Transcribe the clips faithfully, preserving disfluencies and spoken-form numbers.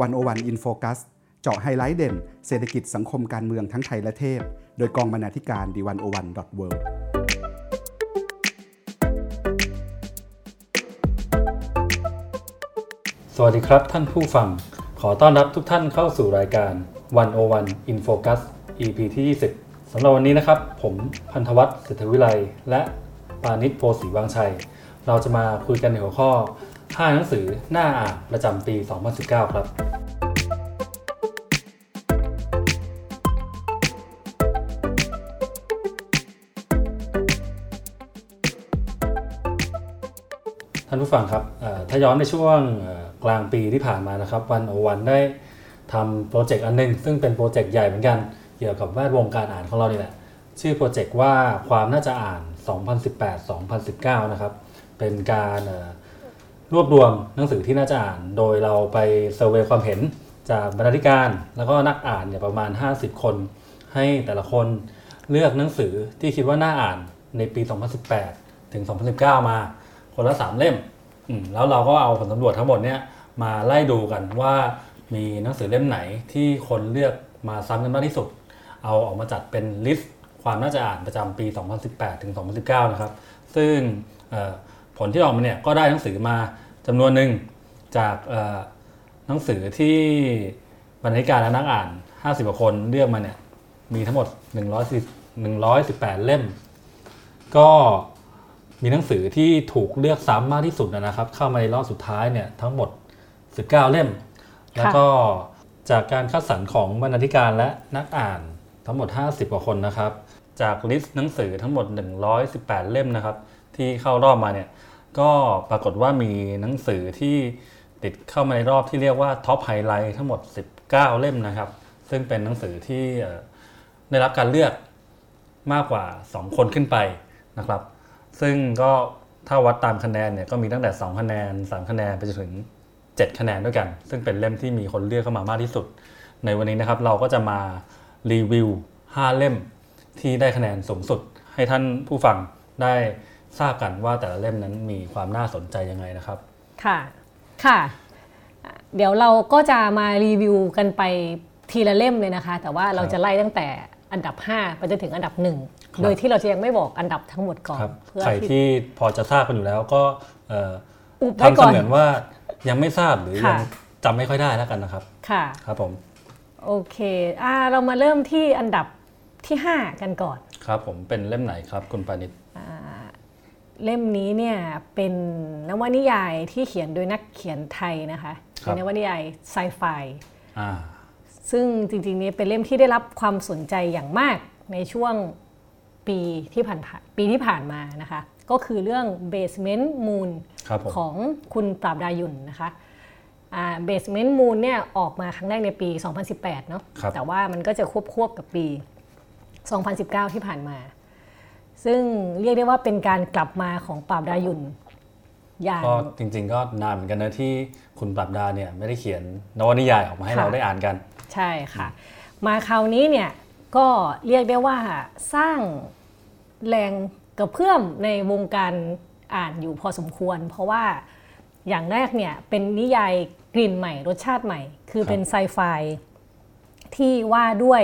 หนึ่งศูนย์หนึ่ง In Focus เจาะไฮไลท์เด่นเศรษฐกิจสังคมการเมืองทั้งไทยและเทศโดยกองบรรณาธิการ ดี หนึ่งศูนย์หนึ่ง ดอท เวิลด์สวัสดีครับท่านผู้ฟังขอต้อนรับทุกท่านเข้าสู่รายการหนึ่งศูนย์หนึ่ง In Focus อี พี ที่ยี่สิบสำหรับวันนี้นะครับผมพันธวัฒน์เศรษฐวิไลและปานิชโพสีวังชัยเราจะมาคุยกันในหัวข้อห้าหนังสือน่าอ่านประจำปีสองพันสิบเก้าครับท่านผู้ฟังครับถ้าย้อนในช่วงกลางปีที่ผ่านมานะครับหนึ่งศูนย์หนึ่งได้ทำโปรเจกต์อันนึงซึ่งเป็นโปรเจกต์ใหญ่เหมือนกันเกี่ยวกับแวดวงการอ่านของเรานี่แหละชื่อโปรเจกต์ว่าความน่าจะอ่าน สองพันสิบแปด สองพันสิบเก้า นะครับเป็นการรวบรวมหนังสือที่น่าจะอ่านโดยเราไปเซอร์เวย์ความเห็นจากบรรณาธิการแล้วก็นักอ่านเนี่ยประมาณห้าสิบคนให้แต่ละคนเลือกหนังสือที่คิดว่าน่าอ่านในปีสองพันสิบแปดถึงสองพันสิบเก้ามาคนละสามเล่มแล้วเราก็เอาผลสำรวจทั้งหมดเนี่ยมาไล่ดูกันว่ามีหนังสือเล่มไหนที่คนเลือกมาซ้ำกันมากที่สุดเอาออกมาจัดเป็นลิสต์ความน่าจะอ่านประจำปีสองพันสิบแปดถึงสองพันสิบเก้านะครับซึ่งผลที่ออกมาเนี่ยก็ได้หนังสือมาจำนวนหนึ่งจากหนังสือที่บรรณาธิการและนักอ่านห้าสิบกว่าคนเลือกมาเนี่ยมีทั้งหมดหนึ่งร้อยสิบแปดเล่มก็มีหนังสือที่ถูกเลือกซ้ำมากที่สุดนะครับเข้ามาในรอบสุดท้ายเนี่ยทั้งหมดสิบเก้าเล่มแล้วก็จากการคัดสรรของบรรณาธิการและนักอ่านทั้งหมดห้าสิบกว่าคนนะครับจากลิสต์หนังสือทั้งหมดหนึ่งร้อยสิบแปดเล่มนะครับที่เข้ารอบมาเนี่ยก็ปรากฏว่ามีหนังสือที่ติดเข้ามาในรอบที่เรียกว่าท็อปไฮไลท์ทั้งหมดสิบเก้าเล่มนะครับซึ่งเป็นหนังสือที่ได้รับการเลือกมากกว่าสองคนขึ้นไปนะครับซึ่งก็ถ้าวัดตามคะแนนเนี่ยก็มีตั้งแต่สองคะแนนสามคะแนนไปจนถึงเจ็ดคะแนนด้วยกันซึ่งเป็นเล่มที่มีคนเลือกเข้ามามากที่สุดในวันนี้นะครับเราก็จะมารีวิวห้าเล่มที่ได้คะแนนสูงสุดให้ท่านผู้ฟังได้ทราบกันว่าแต่ละเล่มนั้นมีความน่าสนใจยังไงนะครับค่ะค่ะเดี๋ยวเราก็จะมารีวิวกันไปทีละเล่มเลยนะคะแต่ว่าเราจะไล่ตั้งแต่อันดับห้าไปจนถึงอันดับหนึ่งโดยที่เราจะยังไม่บอกอันดับทั้งหมดก่อนเพื่อใครที่พอจะทราบกันอยู่แล้วก็ทำเสมือนว่ายังไม่ทราบหรือยังจำไม่ค่อยได้แล้วกันนะครับค่ะครับผมโอเคอ่าเรามาเริ่มที่อันดับที่ห้ากันก่อนครับผมเป็นเล่มไหนครับคุณปานิชเล่มนี้เนี่ยเป็นนวนิยายที่เขียนโดยนักเขียนไทยนะคะเป็นนวนิยายไซไฟซึ่งจริงๆนี้เป็นเล่มที่ได้รับความสนใจอย่างมากในช่วงปีที่ผ่านปีที่ผ่านมานะคะก็คือเรื่อง Basement Moon ของคุณปราบดายุ่นนะคะBasement Moon เนี่ยออกมาครั้งแรกในปีสองพันสิบแปดเนาะแต่ว่ามันก็จะควบควบกับปีสองพันสิบเก้าที่ผ่านมาซึ่งเรียกได้ว่าเป็นการกลับมาของปราบดายุ่นอย่างก็จริงๆก็นานเหมือนกันนะที่คุณปราบดาเนี่ยไม่ได้เขียนนวนิยายออกมาให้เราได้อ่านกันใช่ค่ะมาคราวนี้เนี่ยก็เรียกได้ว่าสร้างแรงกระเพื่อมในวงการอ่านอยู่พอสมควรเพราะว่าอย่างแรกเนี่ยเป็นนิยายกลิ่นใหม่รสชาติใหม่คือเป็นไซไฟที่ว่าด้วย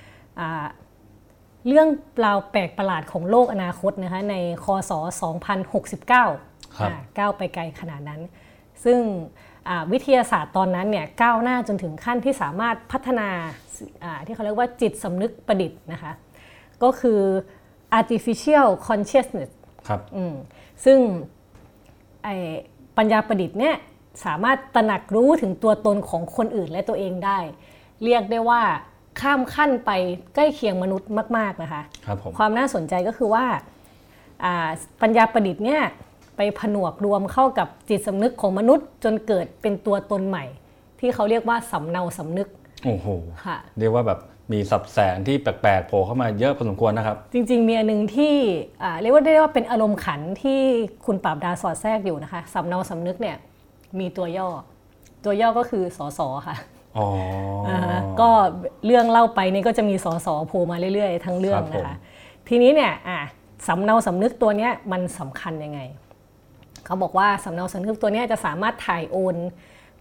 เรื่องราวแปลกประหลาดของโลกอนาคตนะคะในค.ศ. สองพันหกสิบเก้าก้าวไปไกลขนาดนั้นซึ่งวิทยาศาสตร์ตอนนั้นเนี่ยก้าวหน้าจนถึงขั้นที่สามารถพัฒนาที่เขาเรียกว่าจิตสำนึกประดิษฐ์นะคะก็คือ artificial consciousness ครับซึ่งปัญญาประดิษฐ์เนี่ยสามารถตระหนักรู้ถึงตัวตนของคนอื่นและตัวเองได้เรียกได้ว่าข้ามขั้นไปใกล้เคียงมนุษย์มากๆนะคะครับผมความน่าสนใจก็คือว่าปัญญาประดิษฐ์เนี่ยไปผนวกรวมเข้ากับจิตสำนึกของมนุษย์จนเกิดเป็นตัวตนใหม่ที่เขาเรียกว่าสำเนาสำนึกโอ้โหเรียกว่าแบบมีสับแสงที่แปลกๆโผล่เข้ามาเยอะพอสมควรนะครับจริงๆมีอันนึงที่เรียกว่าได้ว่าเป็นอารมณ์ขันที่คุณปราบดาสอดแทรกอยู่นะคะสำเนาสำนึกเนี่ยมีตัวย่อตัวย่อก็คือสสค่ะอ๋อก็เรื่องเล่าไปนี่ก็จะมีสสโผล่มาเรื่อยๆทั้งเรื่องนะคะทีนี้เนี่ยสำเนาสำนึกตัวนี้มันสำคัญยังไงเขาบอกว่าสำเนาสำนึกตัวนี้จะสามารถถ่ายโอน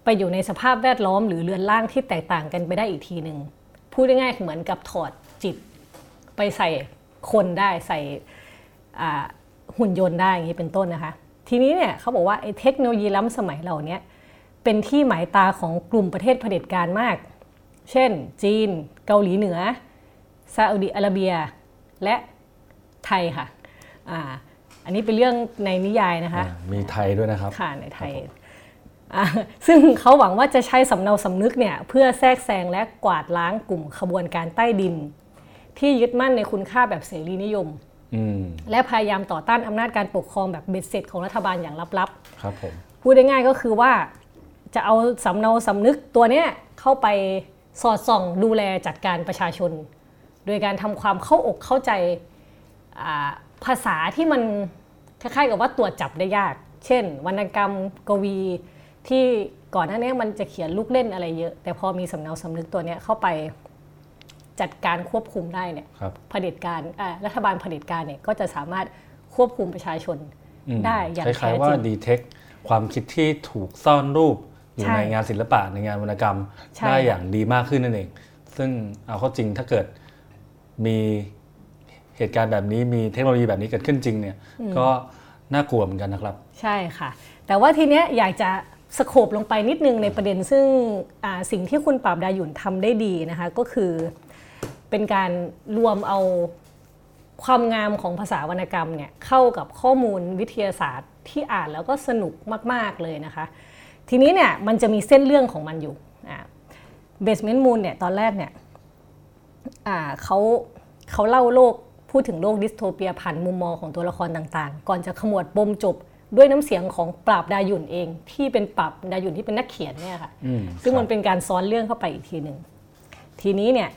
ไปอยู่ในสภาพแวดล้อมหรือเรือนร่างที่แตกต่างกันไปได้อีกทีหนึ่งพูดง่ายๆเหมือนกับถอดจิตไปใส่คนได้ใส่หุ่นยนต์ได้อย่างนี้เป็นต้นนะคะทีนี้เนี่ยเขาบอกว่าไอ้เทคโนโลยีล้ำสมัยเหล่านี้เป็นที่หมายตาของกลุ่มประเทศเผด็จการมากเช่นจีนเกาหลีเหนือซาอุดิอาระเบียและไทยค่ะอ่าอันนี้เป็นเรื่องในนิยายนะคะมีไทยด้วยนะครับค่ะในไทยซึ่งเขาหวังว่าจะใช้สำเนาสำนึกเนี่ยเพื่อแทรกแซงและกวาดล้างกลุ่มขบวนการใต้ดินที่ยึดมั่นในคุณค่าแบบเสรีนิยมและพยายามต่อต้านอำนาจการปกครองแบบเบ็ดเสร็จของรัฐบาลอย่างลับๆครับผมพูดได้ง่ายก็คือว่าจะเอาสำเนาสำนึกตัวเนี้ยเข้าไปสอดส่องดูแลจัดการประชาชนโดยการทำความเข้าอกเข้าใจภาษาที่มันคล้ายๆกับว่าตรวจจับได้ยากเช่นวรรณกรรมกวีที่ก่อนหน้านี้มันจะเขียนลูกเล่นอะไรเยอะแต่พอมีสำเนาสำนึกตัวนี้เข้าไปจัดการควบคุมได้เนี่ยเผด็จการรัฐบาลเผด็จการเนี่ยก็จะสามารถควบคุมประชาชนได้อย่างแท้จริงคล้ายๆว่าดีเทคความคิดที่ถูกซ่อนรูปอยู่ในงานศิลปะในงานวรรณกรรมได้อย่างดีมากขึ้นนั่นเองซึ่งเอาเข้าจริงถ้าเกิดมีเหตุการณ์แบบนี้มีเทคโนโลยีแบบนี้เกิดขึ้นจริงเนี่ยก็น่ากลัวเหมือนกันนะครับใช่ค่ะแต่ว่าทีเนี้ยอยากจะสโคปลงไปนิดนึงในประเด็นซึ่งสิ่งที่คุณปราบดาหยุ่นทำได้ดีนะคะก็คือเป็นการรวมเอาความงามของภาษาวรรณกรรมเนี่ยเข้ากับข้อมูลวิทยาศาสตร์ที่อ่านแล้วก็สนุกมากๆเลยนะคะทีนี้เนี่ยมันจะมีเส้นเรื่องของมันอยู่เบสเมนต์มูนเนี่ยตอนแรกเนี่ยเขาเขาเล่าโลกพูดถึงโลกดิสโทเปียผ่านมุมมองของตัวละครต่างๆก่อนจะขมวดปมจบด้วยน้ำเสียงของปราบดาหยุ่นเองที่เป็นปราบดาหยุ่นที่เป็นนักเขียนเนี่ยค่ะซึ่งมันเป็นการซ้อนเรื่องเข้าไปอีกทีหนึ่งทีนี้เนี่ย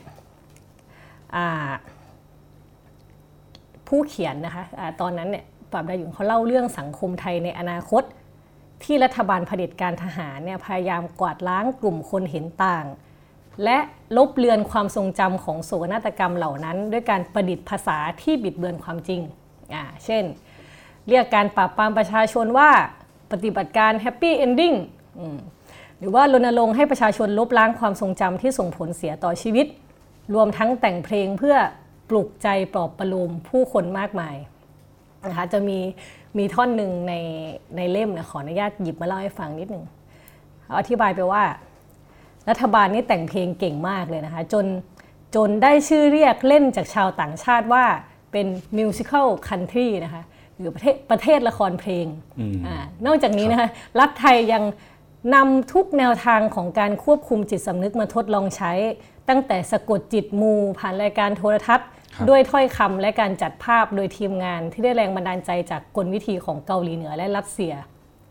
ผู้เขียนนะคะอะตอนนั้นเนี่ยปราบดาหยุ่นเขาเล่าเรื่องสังคมไทยในอนาคตที่รัฐบาลเผด็จการทหารเนี่ยพยายามกวาดล้างกลุ่มคนเห็นต่างและลบเลือนความทรงจำของโศกนาฏกรรมเหล่านั้นด้วยการประดิษฐ์ภาษาที่บิดเบือนความจริงอ่าเช่นเรียกการปราบปรามประชาชนว่าปฏิบัติการแฮปปี้เอนดิ้งหรือว่ารณรงค์ให้ประชาชนลบล้างความทรงจำที่ส่งผลเสียต่อชีวิตรวมทั้งแต่งเพลงเพื่อปลุกใจปลอบประโลมผู้คนมากมายนะคะจะมีมีท่อนหนึ่งในในเล่มนะขออนุญาตหยิบมาเล่าให้ฟังนิดหนึ่งอธิบายไปว่ารัฐบาลนี่แต่งเพลงเก่งมากเลยนะคะจนจนได้ชื่อเรียกเล่นจากชาวต่างชาติว่าเป็นมิวสิคัลคันทรีนะคะหรือประเทศประเทศละครเพลงอ่านอกจากนี้นะคะรัฐไทยยังนำทุกแนวทางของการควบคุมจิตสำนึกมาทดลองใช้ตั้งแต่สะกดจิตมูผ่านรายการโทรทัศน์ด้วยถ้อยคำและการจัดภาพโดยทีมงานที่ได้แรงบันดาลใจจากกลวิธีของเกาหลีเหนือและรัสเซีย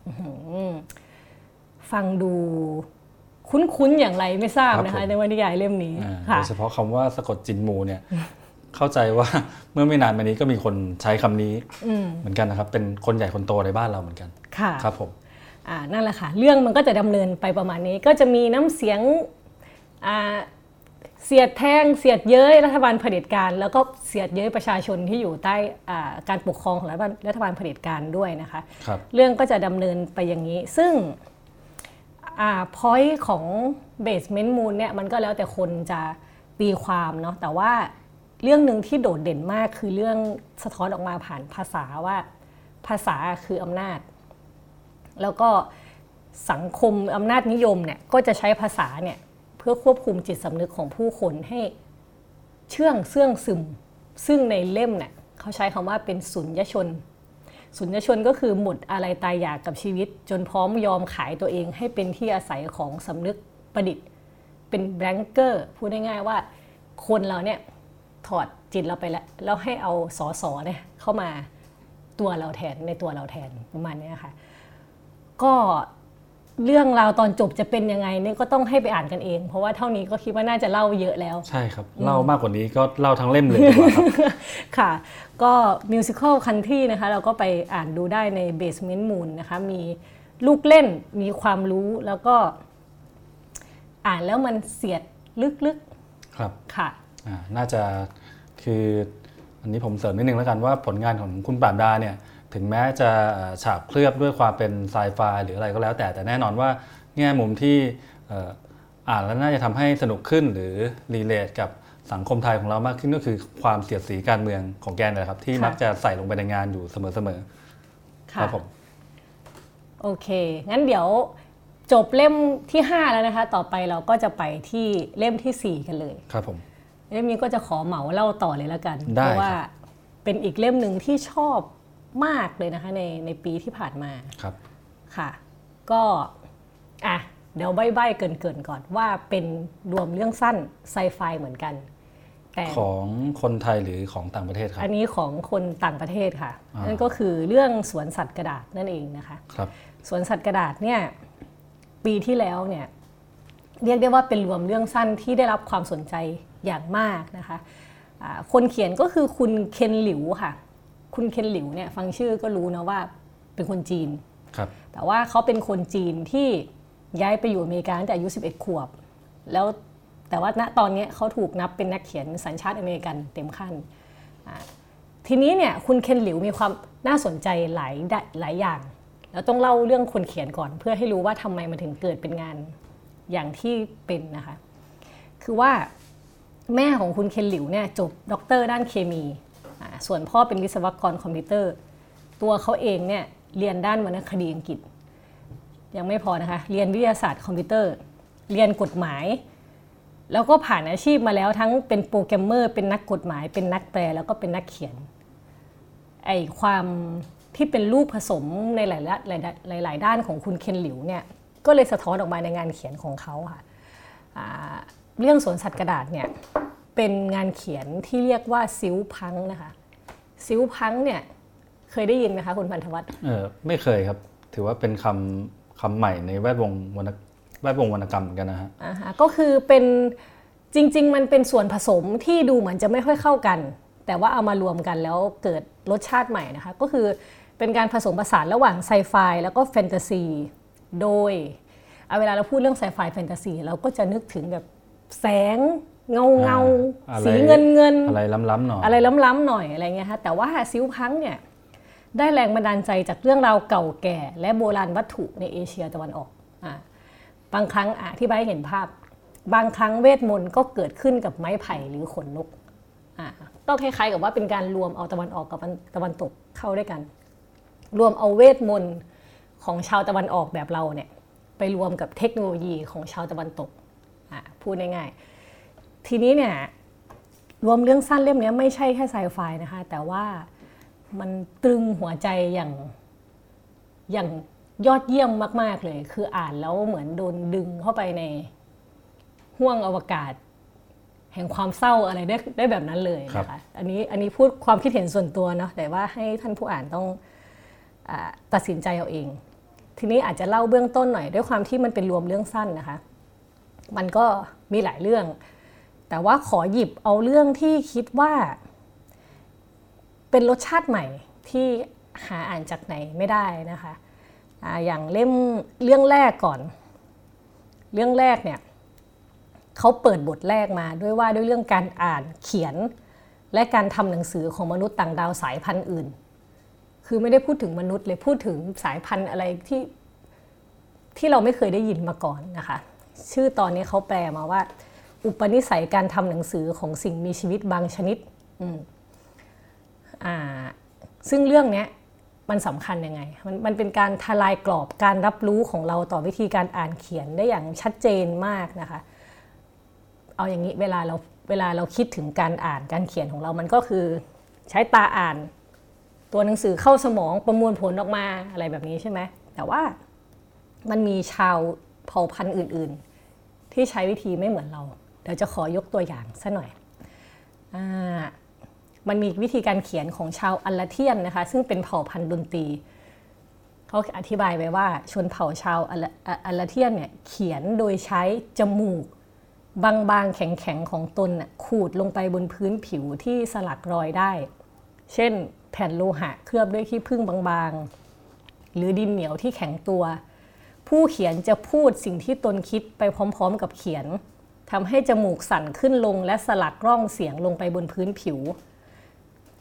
ฟังดูคุ้นๆอย่างไรไม่ทราบนะคะในวรรณนิยายเล่มนี้โดยเฉพาะคำว่าสะกดจินมูเนี่ยเข้าใจว่าเมื่อไม่นานมานี้ก็มีคนใช้คำนี้เหมือนกันนะครับเป็นคนใหญ่คนโตในบ้านเราเหมือนกันค่ะครับผมอ่านั่นแหละค่ะเรื่องมันก็จะดำเนินไปประมาณนี้ก็จะมีน้ำเสียงอ่าเสียดแทงเสียดเย้ยรัฐบาลเผด็จการแล้วก็เสียดเย้ยประชาชนที่อยู่ใต้การปกครองของรัฐบาลเผด็จการด้วยนะคะเรื่องก็จะดำเนินไปอย่างนี้ซึ่งอ่า point ของ Basement Moon เนี่ยมันก็แล้วแต่คนจะตีความเนาะแต่ว่าเรื่องหนึ่งที่โดดเด่นมากคือเรื่องสะท้อนออกมาผ่านภาษาว่าภาษาคืออำนาจแล้วก็สังคมอำนาจนิยมเนี่ยก็จะใช้ภาษาเนี่ยเพื่อควบคุมจิตสำนึกของผู้คนให้เชื่องเสื่องซึมซึ่งในเล่มเนี่ยเขาใช้คำว่าเป็นสุญญชนสุญญชนก็คือหมดอะไรตายอยากกับชีวิตจนพร้อมยอมขายตัวเองให้เป็นที่อาศัยของสำนึกประดิษฐ์เป็นแบงเกอร์พูดง่ายๆว่าคนเราเนี่ยถอดจิตเราไปแล้วแล้วให้เอาสอสอเนี่ยเข้ามาตัวเราแทนในตัวเราแทนประมาณนี้ค่ะก็เรื่องราวตอนจบจะเป็นยังไงนี่ก็ต้องให้ไปอ่านกันเองเพราะว่าเท่านี้ก็คิดว่าน่าจะเล่าเยอะแล้วใช่ครับเล่ามากกว่านี้ก็เล่าทั้งเล่มเลยดีกว่าครับค่ะก็มิวสิคัลคันทรีนะคะเราก็ไปอ่านดูได้ใน Basement Moon นะคะมีลูกเล่นมีความรู้แล้วก็อ่านแล้วมันเสียดลึกๆครับค่ะน่าจะคืออันนี้ผมเสริมนิดนึงแล้วกันว่าผลงานของคุณปราบดาเนี่ยถึงแม้จะฉาบเคลือบด้วยความเป็นไซไฟหรืออะไรก็แล้วแต่แต่แน่นอนว่าแง่มุมที่อ่านแล้วน่าจะทำให้สนุกขึ้นหรือรีเลทกับสังคมไทยของเรามากขึ้นก็คือความเสียดสีการเมืองของแกนะครับที่มักจะใส่ลงไปในงานอยู่เสมอๆครับผมโอเคงั้นเดี๋ยวจบเล่มที่ห้าแล้วนะคะต่อไปเราก็จะไปที่เล่มที่สี่กันเลยครับผมเล่มนี้ก็จะขอเหมาเล่าต่อเลยแล้วกันเพราะว่าเป็นอีกเล่มหนึ่งที่ชอบมากเลยนะคะในในปีที่ผ่านมาครับค่ะก็อ่ะเดี๋ยวใบ้ๆเกินๆก่อนว่าเป็นรวมเรื่องสั้นไซไฟเหมือนกันแต่ของคนไทยหรือของต่างประเทศครับอันนี้ของคนต่างประเทศค่ะนั่นก็คือเรื่องสวนสัตว์กระดาษนั่นเองนะคะครับสวนสัตว์กระดาษเนี่ยปีที่แล้วเนี่ยเรียกได้ว่าเป็นรวมเรื่องสั้นที่ได้รับความสนใจอย่างมากนะคะคนเขียนก็คือคุณเคนหลิวค่ะคุณเคนหลิวเนี่ยฟังชื่อก็รู้นะว่าเป็นคนจีนครับแต่ว่าเขาเป็นคนจีนที่ย้ายไปอยู่อเมริกาตั้งแต่อายุสิบเอ็ดขวบแล้วแต่ว่าณตอนนี้เขาถูกนับเป็นนักเขียนสัญชาติอเมริกันเต็มขั้นทีนี้เนี่ยคุณเคนหลิวมีความน่าสนใจหลายหลายอย่างแล้วต้องเล่าเรื่องคนเขียนก่อนเพื่อให้รู้ว่าทำไมมันถึงเกิดเป็นงานอย่างที่เป็นนะคะคือว่าแม่ของคุณเคนหลิวเนี่ยจบด็อกเตอร์ด้านเคมีส่วนพ่อเป็นวิศวกรคอมพิวเตอร์ตัวเขาเองเนี่ยเรียนด้านวรรณคดีอังกฤษยังไม่พอนะคะเรียนวิทยาศาสตร์คอมพิวเตอร์เรียนกฎหมายแล้วก็ผ่านอาชีพมาแล้วทั้งเป็นโปรแกรมเมอร์เป็นนักกฎหมายเป็นนักแปลแล้วก็เป็นนักเขียนไอความที่เป็นลูกผสมในหลายๆหลายๆด้านของคุณเคนหลิวเนี่ยก็เลยสะท้อนออกมาในงานเขียนของเขาค่ะเรื่องสวนสัตว์กระดาษเนี่ยเป็นงานเขียนที่เรียกว่าซิลพังนะคะซิลพังเนี่ยเคยได้ยินไหมคะคุณพันธวัฒน์เออไม่เคยครับถือว่าเป็นคำคำใหม่ในแวดวงวรรณแวดวงวรรณกรรมเหมือนกันนะฮะอ่าก็คือเป็นจริงๆมันเป็นส่วนผสมที่ดูเหมือนจะไม่ค่อยเข้ากันแต่ว่าเอามารวมกันแล้วเกิดรสชาติใหม่นะคะก็คือเป็นการผสมผสานระหว่างไซไฟแล้วก็แฟนตาซีโดยเอาเวลาเราพูดเรื่องไซไฟแฟนตาซีเราก็จะนึกถึงแบบแสงเงาเงาสีเงินเงินอะไรล้ำๆหน่อยอะไรล้ำๆหน่อยอะไรเงี้ยฮะแต่ว่าซิลพังเนี่ยได้แรงบันดาลใจจากเรื่องราวเก่าแก่และโบราณวัตถุในเอเชียตะวันออกอ่าบางครั้งอธิบายให้เห็นภาพบางครั้งเวทมนต์ก็เกิดขึ้นกับไม้ไผ่หรือขนนกอ่าก็คล้ายๆกับว่าเป็นการรวมเอาตะวันออกกับตะวันตกเข้าด้วยกันรวมเอาเวทมนต์ของชาวตะวันออกแบบเราเนี่ยไปรวมกับเทคโนโลยีของชาวตะวันตกอ่าพูดง่ายๆทีนี้เนี่ยรวมเรื่องสั้นเล่มนี้ไม่ใช่แค่ไซไฟนะคะแต่ว่ามันตรึงหัวใจอย่างอย่างยอดเยี่ยมมากๆเลยคืออ่านแล้วเหมือนโดนดึงเข้าไปในห้วงอวกาศแห่งความเศร้าอะไรได้ได้แบบนั้นเลยนะคะอันนี้อันนี้พูดความคิดเห็นส่วนตัวเนาะแต่ว่าให้ท่านผู้อ่านต้องอ่าตัดสินใจเอาเองทีนี้อาจจะเล่าเบื้องต้นหน่อยด้วยความที่มันเป็นรวมเรื่องสั้นนะคะมันก็มีหลายเรื่องแต่ว่าขอหยิบเอาเรื่องที่คิดว่าเป็นรสชาติใหม่ที่หาอ่านจากไหนไม่ได้นะคะอ่าอย่างเล่มเรื่องแรกก่อนเรื่องแรกเนี่ยเขาเปิดบทแรกมาด้วยว่าด้วยเรื่องการอ่านเขียนและการทำหนังสือของมนุษย์ต่างดาวสายพันธุ์อื่นคือไม่ได้พูดถึงมนุษย์เลยพูดถึงสายพันธุ์อะไรที่ที่เราไม่เคยได้ยินมาก่อนนะคะชื่อตอนนี้เขาแปลมาว่าอุปนิสัยการทำหนังสือของสิ่งมีชีวิตบางชนิดอืมอ่าซึ่งเรื่องนี้มันสำคัญยังไงมันมันเป็นการทลายกรอบการรับรู้ของเราต่อวิธีการอ่านเขียนได้อย่างชัดเจนมากนะคะเอาอย่างนี้เวลาเราเวลาเราคิดถึงการอ่านการเขียนของเรามันก็คือใช้ตาอ่านตัวหนังสือเข้าสมองประมวลผลออกมาอะไรแบบนี้ใช่ไหมแต่ว่ามันมีชาวเผ่าพันธุ์อื่นๆที่ใช้วิธีไม่เหมือนเราเดี๋ยวจะขอยกตัวอย่างซะหน่อยอ่ามันมีวิธีการเขียนของชาวอัลลาเทียนนะคะซึ่งเป็นเผ่าพันธุ์ดนตรีเขาอธิบายไว้ว่าชนเผ่าชาวอัลลาเทียนเนี่ยเขียนโดยใช้จมูกบางๆแข็งๆของตนขูดลงไปบนพื้นผิวที่สลักรอยได้เช่นแผ่นโลหะเคลือบด้วยขี้ผึ้งบางๆหรือดินเหนียวที่แข็งตัวผู้เขียนจะพูดสิ่งที่ตนคิดไปพร้อมๆกับเขียนทำให้จมูกสั่นขึ้นลงและสลักร่องเสียงลงไปบนพื้นผิว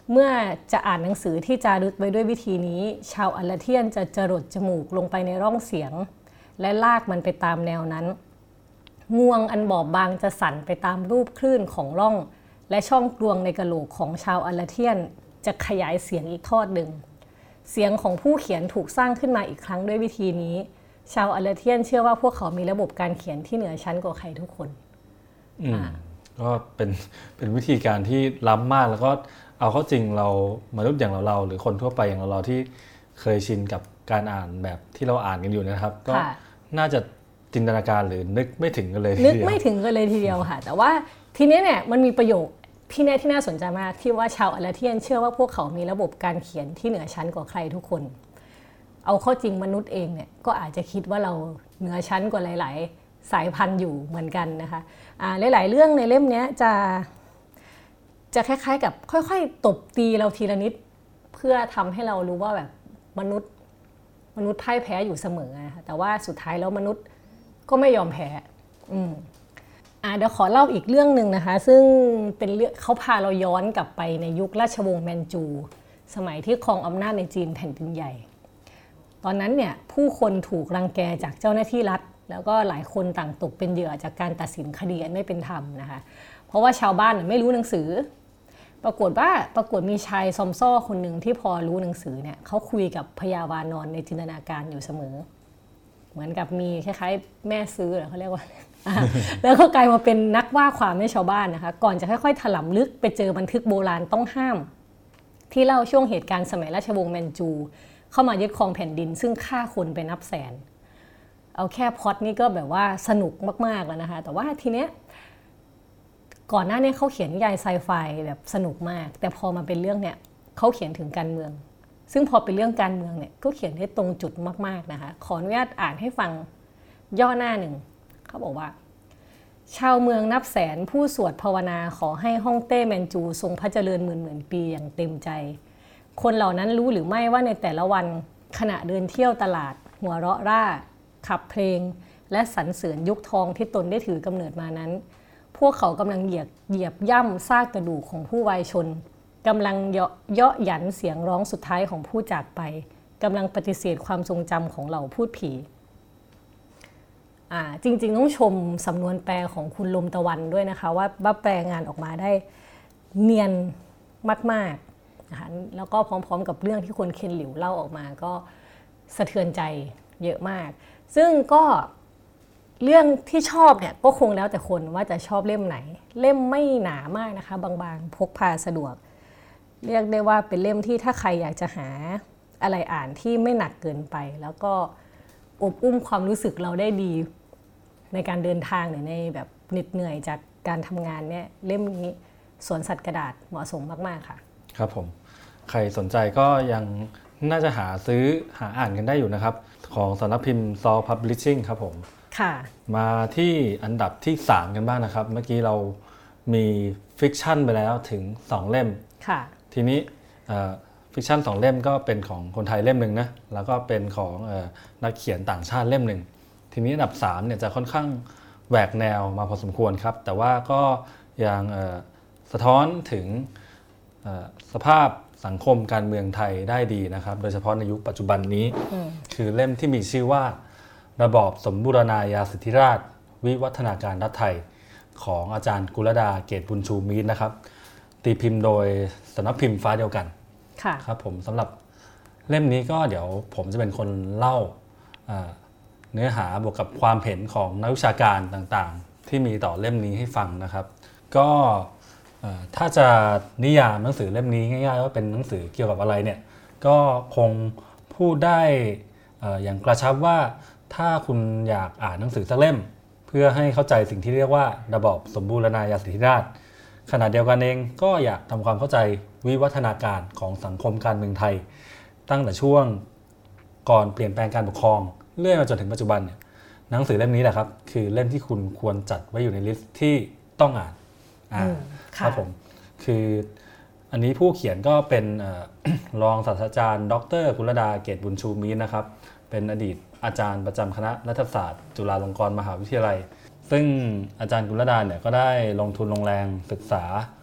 เมื่อจะอ่านหนังสือที่จารึกไว้ด้วยวิธีนี้ชาวอัลเทียนจะจรดจมูกลงไปในร่องเสียงและลากมันไปตามแนวนั้นงวงอันบอบบางจะสั่นไปตามรูปคลื่นของร่องและช่องกลวงในกะโหลกของชาวอัลเทียนจะขยายเสียงอีกทอดหนึ่งเสียงของผู้เขียนถูกสร้างขึ้นมาอีกครั้งด้วยวิธีนี้ชาวอัลเทียนเชื่อว่าพวกเขามีระบบการเขียนที่เหนือชั้นกว่าใครทุกคนก็เป็นเป็นวิธีการที่ล้ำมากแล้วก็เอาเข้าจริงเรามนุษย์อย่างเราเราหรือคนทั่วไปอย่างเราเราที่เคยชินกับการอ่านแบบที่เราอ่านกันอยู่นะครับก็น่าจะจินตนาการหรือนึกไม่ถึงกันเลยนึกไม่ถึงกันเลยทีเดียวค่ะแต่ว่าทีนี้เนี่ยมันมีประโยคที่แน่ที่น่าสนใจมากที่ว่าชาวอัลเทียนเชื่อว่าพวกเขามีระบบการเขียนที่เหนือชั้นกว่าใครทุกคนเอาเข้าจริงมนุษย์เองเนี่ยก็อาจจะคิดว่าเราเหนือชั้นกว่าหลายๆสายพันธุ์อยู่เหมือนกันนะคะอ่าหลายๆเรื่องในเล่มนี้จะจะคล้ายๆกับค่อยๆตบตีเราทีละนิดเพื่อทำให้เรารู้ว่าแบบมนุษย์มนุษย์พ่ายแพ้อยู่เสมอนะคะแต่ว่าสุดท้ายแล้วมนุษย์ก็ไม่ยอมแพ้อืมอ่าเดี๋ยวขอเล่าอีกเรื่องนึงนะคะซึ่งเป็นเรื่องเขาพาเราย้อนกลับไปในยุคราชวงศ์แมนจูสมัยที่ครองอำนาจในจีนแผ่นดินใหญ่ตอนนั้นเนี่ยผู้คนถูกรังแกจากเจ้าหน้าที่รัฐแล้วก็หลายคนต่างตกเป็นเหยื่อจากการตัดสินคดีอันไม่เป็นธรรมนะคะเพราะว่าชาวบ้านไม่รู้หนังสือปรากฏว่าปรากฏมีชายซอมซ่อคนหนึ่งที่พอรู้หนังสือเนี่ยเขาคุยกับพญาวานอนในจินตนาการอยู่เสมอเหมือนกับมีคล้ายๆแม่ซื้อเหรอเขาเรียกว่า แล้วก็กลายมาเป็นนักว่าความให้ชาวบ้านนะคะก่อนจะค่อยๆถลำลึกไปเจอบันทึกโบราณต้องห้ามที่เล่าช่วงเหตุการณ์สมัยราชวงศ์แมนจูเข้ามายึดครองแผ่นดินซึ่งฆ่าคนไปนับแสนเอาแค่พล็อตนี่ก็แบบว่าสนุกมากๆแล้วนะคะแต่ว่าทีเนี้ยก่อนหน้านี้เขาเขียนนิยายไซไฟแบบสนุกมากแต่พอมาเป็นเรื่องเนี่ยเขาเขียนถึงการเมืองซึ่งพอเป็นเรื่องการเมืองเนี่ยก็เขียนได้ตรงจุดมากๆนะคะขออนุญาตอ่านให้ฟังย่อหน้าหนึ่งเขาบอกว่าชาวเมืองนับแสนผู้สวดภาวนาขอให้ฮ่องเต้แมนจูทรงพระเจริญหมื่นหมื่นปีอย่างเต็มใจคนเหล่านั้นรู้หรือไม่ว่าในแต่ละวันขณะเดินเที่ยวตลาดหัวเราะร่าขับเพลงและสรรเสริญยุคทองที่ตนได้ถือกำเนิดมานั้นพวกเขากำลังเหยียบเหยียบย่ำซากกระดูกของผู้วายชนกำลังเยาะเยาะหยันเสียงร้องสุดท้ายของผู้จากไปกำลังปฏิเสธความทรงจำของเหล่าพูดผีอ่าจริงๆต้องชมสำนวนแปลของคุณลมตะวันด้วยนะคะว่าว่าแปลงานออกมาได้เนียนมากๆนะคะแล้วก็พร้อมๆกับเรื่องที่คนเคนหลิวเล่าออกมาก็สะเทือนใจเยอะมากซึ่งก็เรื่องที่ชอบเนี่ยก็คงแล้วแต่คนว่าจะชอบเล่มไหนเล่มไม่หนามากนะคะบางๆพกพาสะดวกเรียกได้ว่าเป็นเล่มที่ถ้าใครอยากจะหาอะไรอ่านที่ไม่หนักเกินไปแล้วก็อบอุ้มความรู้สึกเราได้ดีในการเดินทางหรือในแบบเหน็ดเหนื่อยจากการทำงานเนี่ยเล่มนี้สวนสัตว์กระดาษเหมาะสมมากๆค่ะครับผมใครสนใจก็ยังน่าจะหาซื้อหาอ่านกันได้อยู่นะครับของสำนักพิมพ์ซอพับลิชชิ่งครับผมค่ะมาที่อันดับที่สามกันบ้างนะครับเมื่อกี้เรามีฟิกชันไปแล้วถึงสองเล่มค่ะทีนี้ฟิกชันสองเล่มก็เป็นของคนไทยเล่มหนึ่งนะแล้วก็เป็นของนักเขียนต่างชาติเล่มหนึ่งทีนี้อันดับสามเนี่ยจะค่อนข้างแหวกแนวมาพอสมควรครับแต่ว่าก็ยังสะท้อนถึงสภาพสังคมการเมืองไทยได้ดีนะครับโดยเฉพาะในยุคปัจจุบันนี้คือเล่มที่มีชื่อว่าระบอบสมบูรณาญาสิทธิราชวิวัฒนาการรัฐไทยของอาจารย์กุลดาเกตบุญชูมีตรนะครับตีพิมพ์โดยสำนักพิมพ์ฟ้าเดียวกันครับผมสำหรับเล่มนี้ก็เดี๋ยวผมจะเป็นคนเล่าเนื้อหาบวกกับความเห็นของนักวิชาการต่างๆที่มีต่อเล่มนี้ให้ฟังนะครับก็ถ้าจะนิยามหนังสือเล่มนี้ง่ายๆว่าเป็นหนังสือเกี่ยวกับอะไรเนี่ยก็คงพูดได้อย่างกระชับว่าถ้าคุณอยากอ่านหนังสือสักเล่มเพื่อให้เข้าใจสิ่งที่เรียกว่าระบอบสมบูรณาญาสิทธิราชย์ขณะเดียวกันเองก็อยากทำความเข้าใจวิวัฒนาการของสังคมการเมืองไทยตั้งแต่ช่วงก่อนเปลี่ยนแปลงการปกครองเรื่อยมาจนถึงปัจจุบันเนี่ยหนังสือเล่มนี้แหละครับคือเล่มที่คุณควรจัดไว้อยู่ในลิสต์ที่ต้องอ่านอ่าครับผมคืออันนี้ผู้เขียนก็เป็นรองศาสตราจารย์ดรกุลดาเกตบุญชูมีตรนะครับเป็นอดีตอาจารย์ประจำคณะรัฐศาสตร์จุฬาลงกรณ์มหาวิทยาลัยซึ่งอาจารย์กุลดาเนี่ยก็ได้ลงทุนลงแรงศึกษา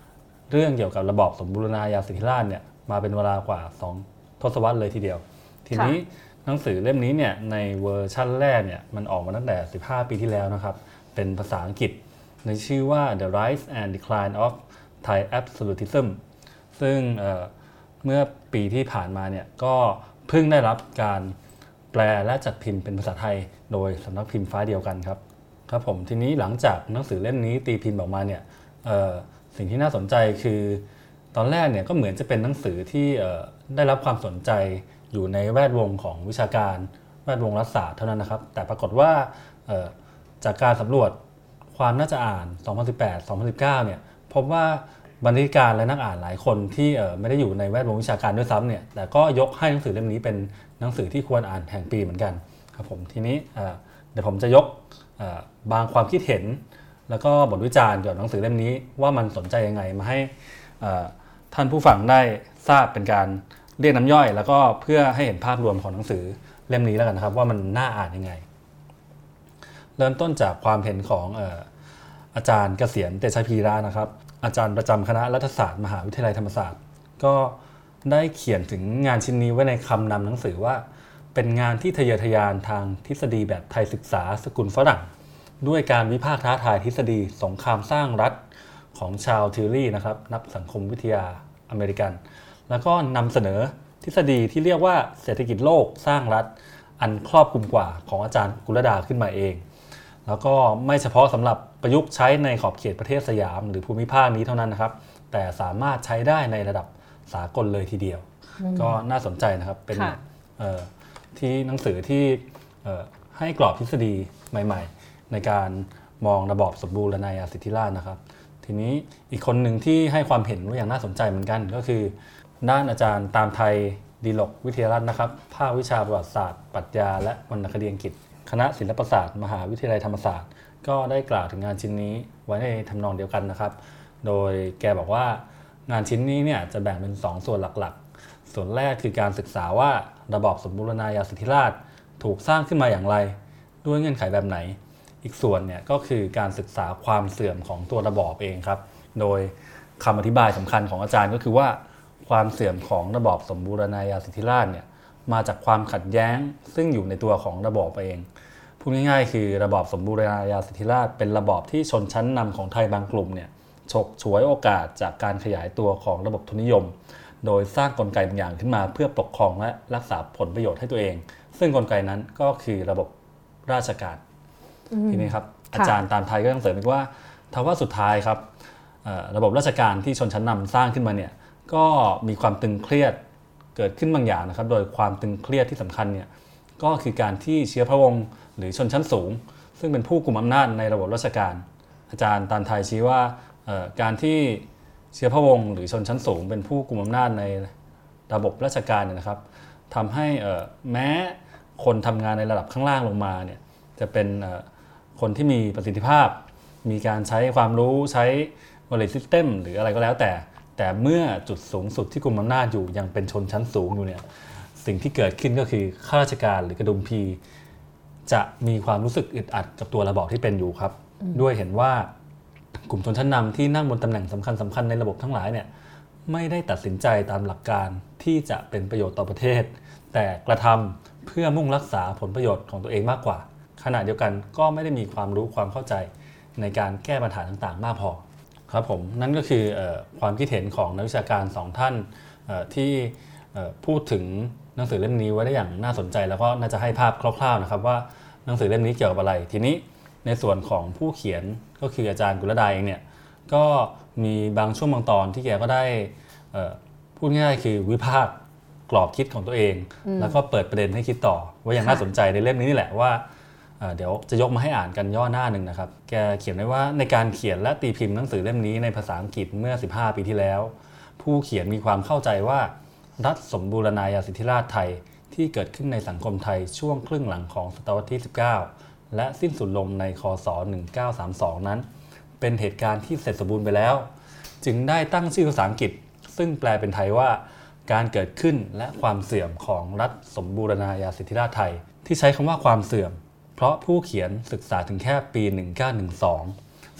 เรื่องเกี่ยวกับระบอบสมบูรณาญาสิทธิราชย์เนี่ยมาเป็นเวลากว่าสองทศวรรษเลยทีเดียวทีนี้หนังสือเล่มนี้เนี่ยในเวอร์ชั่นแรกเนี่ยมันออกมาตั้งแต่สิบห้าปีที่แล้วนะครับเป็นภาษาอังกฤษในชื่อว่า The Rise and Decline of Thai Absolutism ซึ่ง เ, เมื่อปีที่ผ่านมาเนี่ยก็เพิ่งได้รับการแปลและจัดพิมพ์เป็นภาษาไทยโดยสำนักพิมพ์ฟ้าเดียวกันครับครับผมทีนี้หลังจากหนังสือเล่มนี้ตีพิมพ์ออกมาเนี่ยสิ่งที่น่าสนใจคือตอนแรกเนี่ยก็เหมือนจะเป็นหนังสือที่ได้รับความสนใจอยู่ในแวดวงของวิชาการแวดวงรัฐศาสตร์เท่านั้นนะครับแต่ปรากฏว่าจากการสำรวจความน่าจะอ่านสองพันสิบแปด สองพันสิบเก้าเนี่ยพบว่าบรรณาธิการและนักอ่านหลายคนที่ไม่ได้อยู่ในแวดวงวิชาการด้วยซ้ำเนี่ยแต่ก็ยกให้หนังสือเล่มนี้เป็นหนังสือที่ควรอ่านแห่งปีเหมือนกันครับผมทีนี้เดี๋ยวผมจะยกบางความคิดเห็นแล้วก็บทวิจารณ์เกี่ยวกับหนังสือเล่มนี้ว่ามันสนใจยังไงมาให้ท่านผู้ฟังได้ทราบเป็นการเรียกน้ำย่อยแล้วก็เพื่อให้เห็นภาพรวมของหนังสือเล่มนี้แล้วกันนะครับว่ามันน่าอ่านยังไงเริ่มต้นจากความเห็นของเอ่ออาจารย์เกษียณเตชะพีระนะครับอาจารย์ประจำคณะรัฐศาสตร์มหาวิทยาลัยธรรมศาสตร์ก็ได้เขียนถึงงานชิ้นนี้ไว้ในคำนำหนังสือว่าเป็นงานที่ทะเยอทะยานทางทฤษฎีแบบไทยศึกษาสกุลฝรั่งด้วยการวิพากษ์ท้าทายทฤษฎีสงครามสร้างรัฐของชาลทิลลี่นะครับนักสังคมวิทยาอเมริกันแล้วก็นำเสนอทฤษฎีที่เรียกว่าเศรษฐกิจโลกสร้างรัฐอันครอบคลุมกว่าของอาจารย์กุลดาขึ้นมาเองแล้วก็ไม่เฉพาะสำหรับประยุกต์ใช้ในขอบเขตประเทศสยามหรือภูมิภาคนี้เท่านั้นนะครับแต่สามารถใช้ได้ในระดับสากลเลยทีเดียวก็น่าสนใจนะครับเป็นที่หนังสือที่ให้กรอบทฤษฎีใหม่ๆในการมองระบอบสมบูรณาญาสิทธิราชย์นะครับทีนี้อีกคนหนึ่งที่ให้ความเห็นว่าอย่างน่าสนใจเหมือนกันก็คือด้านอาจารย์ตามไทยดีลกวิทยารัตน์นะครับภาควิชาประวัติศาสตร์ปรัชญาและวรรณคดีอังกฤษคณะศิลปศาสตร์มหาวิทยาลัยธรรมศาสตร์ก็ได้กล่าวถึงงานชิ้นนี้ไว้ในทำนองเดียวกันนะครับโดยแกบอกว่างานชิ้นนี้เนี่ยจะแบ่งเป็นสองส่วนหลักๆส่วนแรกคือการศึกษาว่าระบอบสมบูรณาญาสิทธิราชย์ถูกสร้างขึ้นมาอย่างไรด้วยเงื่อนไขแบบไหนอีกส่วนเนี่ยก็คือการศึกษาความเสื่อมของตัวระบอบเองครับโดยคำอธิบายสำคัญของอาจารย์ก็คือว่าความเสื่อมของระบอบสมบูรณาญาสิทธิราชย์เนี่ยมาจากความขัดแย้งซึ่งอยู่ในตัวของระบอบเองพูดง่ายๆคือระบอบสมบูรณาญาสิทธิราชย์เป็นระบอบที่ชนชั้นนำของไทยบางกลุ่มเนี่ยฉกฉวยโอกาสจากการขยายตัวของระบบทุนนิยมโดยสร้างกลไกบางอย่างขึ้นมาเพื่อปกครองและรักษาผลประโยชน์ให้ตัวเองซึ่งกลไกนั้นก็คือระบบราชการทีนี้ครับอาจารย์ตามไทยก็ยังเสริมอีกว่าทว่าสุดท้ายครับระบบราชการที่ชนชั้นนำสร้างขึ้นมาเนี่ยก็มีความตึงเครียดเกิดขึ้นบางอย่างนะครับโดยความตึงเครียดที่สำคัญเนี่ยก็คือการที่เชื้อพระวงศ์หรือชนชั้นสูงซึ่งเป็นผู้กุมอำนาจในระบบราชการอาจารย์ตามไทยชี้ว่าการที่เชื้อพระวงศ์หรือชนชั้นสูงเป็นผู้กุมอำนาจในระบบราชการเนี่ยนะครับทำให้แม้คนทำงานในระดับข้างล่างลงมาเนี่ยจะเป็นคนที่มีประสิทธิภาพมีการใช้ความรู้ใช้ knowledge system หรืออะไรก็แล้วแต่แต่เมื่อจุดสูงสุดที่กุมอำนาจอยู่ยังเป็นชนชั้นสูงอยู่เนี่ยสิ่งที่เกิดขึ้นก็คือข้าราชการหรือกระดุมพีจะมีความรู้สึกอึดอัดกับตัวระบอบที่เป็นอยู่ครับด้วยเห็นว่ากลุ่มชนชั้นนำที่นั่งบนตำแหน่งสำคัญสำคัญในระบบทั้งหลายเนี่ยไม่ได้ตัดสินใจตามหลักการที่จะเป็นประโยชน์ต่อประเทศแต่กระทำเพื่อมุ่งรักษาผลประโยชน์ของตัวเองมากกว่าขณะเดียวกันก็ไม่ได้มีความรู้ความเข้าใจในการแก้ปัญหาต่างๆมากพอครับผมนั่นก็คือความคิดเห็นของนักวิชาการสองท่านที่พูดถึงหนังสือเล่มนี้ไว้ได้อย่างน่าสนใจแล้วก็น่าจะให้ภาพคร่าวๆนะครับว่าหนังสือเล่มนี้เกี่ยวกับอะไรทีนี้ในส่วนของผู้เขียนก็คืออาจารย์กุลดาเองเนี่ยก็มีบางช่วงบางตอนที่แกก็ได้พูดง่ายๆคือวิพากษ์กรอบคิดของตัวเองแล้วก็เปิดประเด็นให้คิดต่อว่าอย่างน่าสนใจในเล่มนี้นี่แหละว่าเดี๋ยวจะยกมาให้อ่านกันย่อหน้าหนึ่งนะครับแกเขียนไว้ว่าในการเขียนและตีพิมพ์หนังสือเล่มนี้ในภาษาอังกฤษเมื่อสิบห้าปีที่แล้วผู้เขียนมีความเข้าใจว่ารัฐสมบูรณาญาสิทธิราชย์ไทยที่เกิดขึ้นในสังคมไทยช่วงครึ่งหลังของศตวรรษที่สิบเก้าและสิ้นสุดลงในค.ศ.หนึ่งพันเก้าร้อยสามสิบสองนั้นเป็นเหตุการณ์ที่เสร็จสมบูรณ์ไปแล้วจึงได้ตั้งชื่อภาษาอังกฤษซึ่งแปลเป็นไทยว่าการเกิดขึ้นและความเสื่อมของรัฐสมบูรณาญาสิทธิราชย์ไทยที่ใช้คำว่าความเสื่อมเพราะผู้เขียนศึกษาถึงแค่ปีหนึ่งพันเก้าร้อยสิบสอง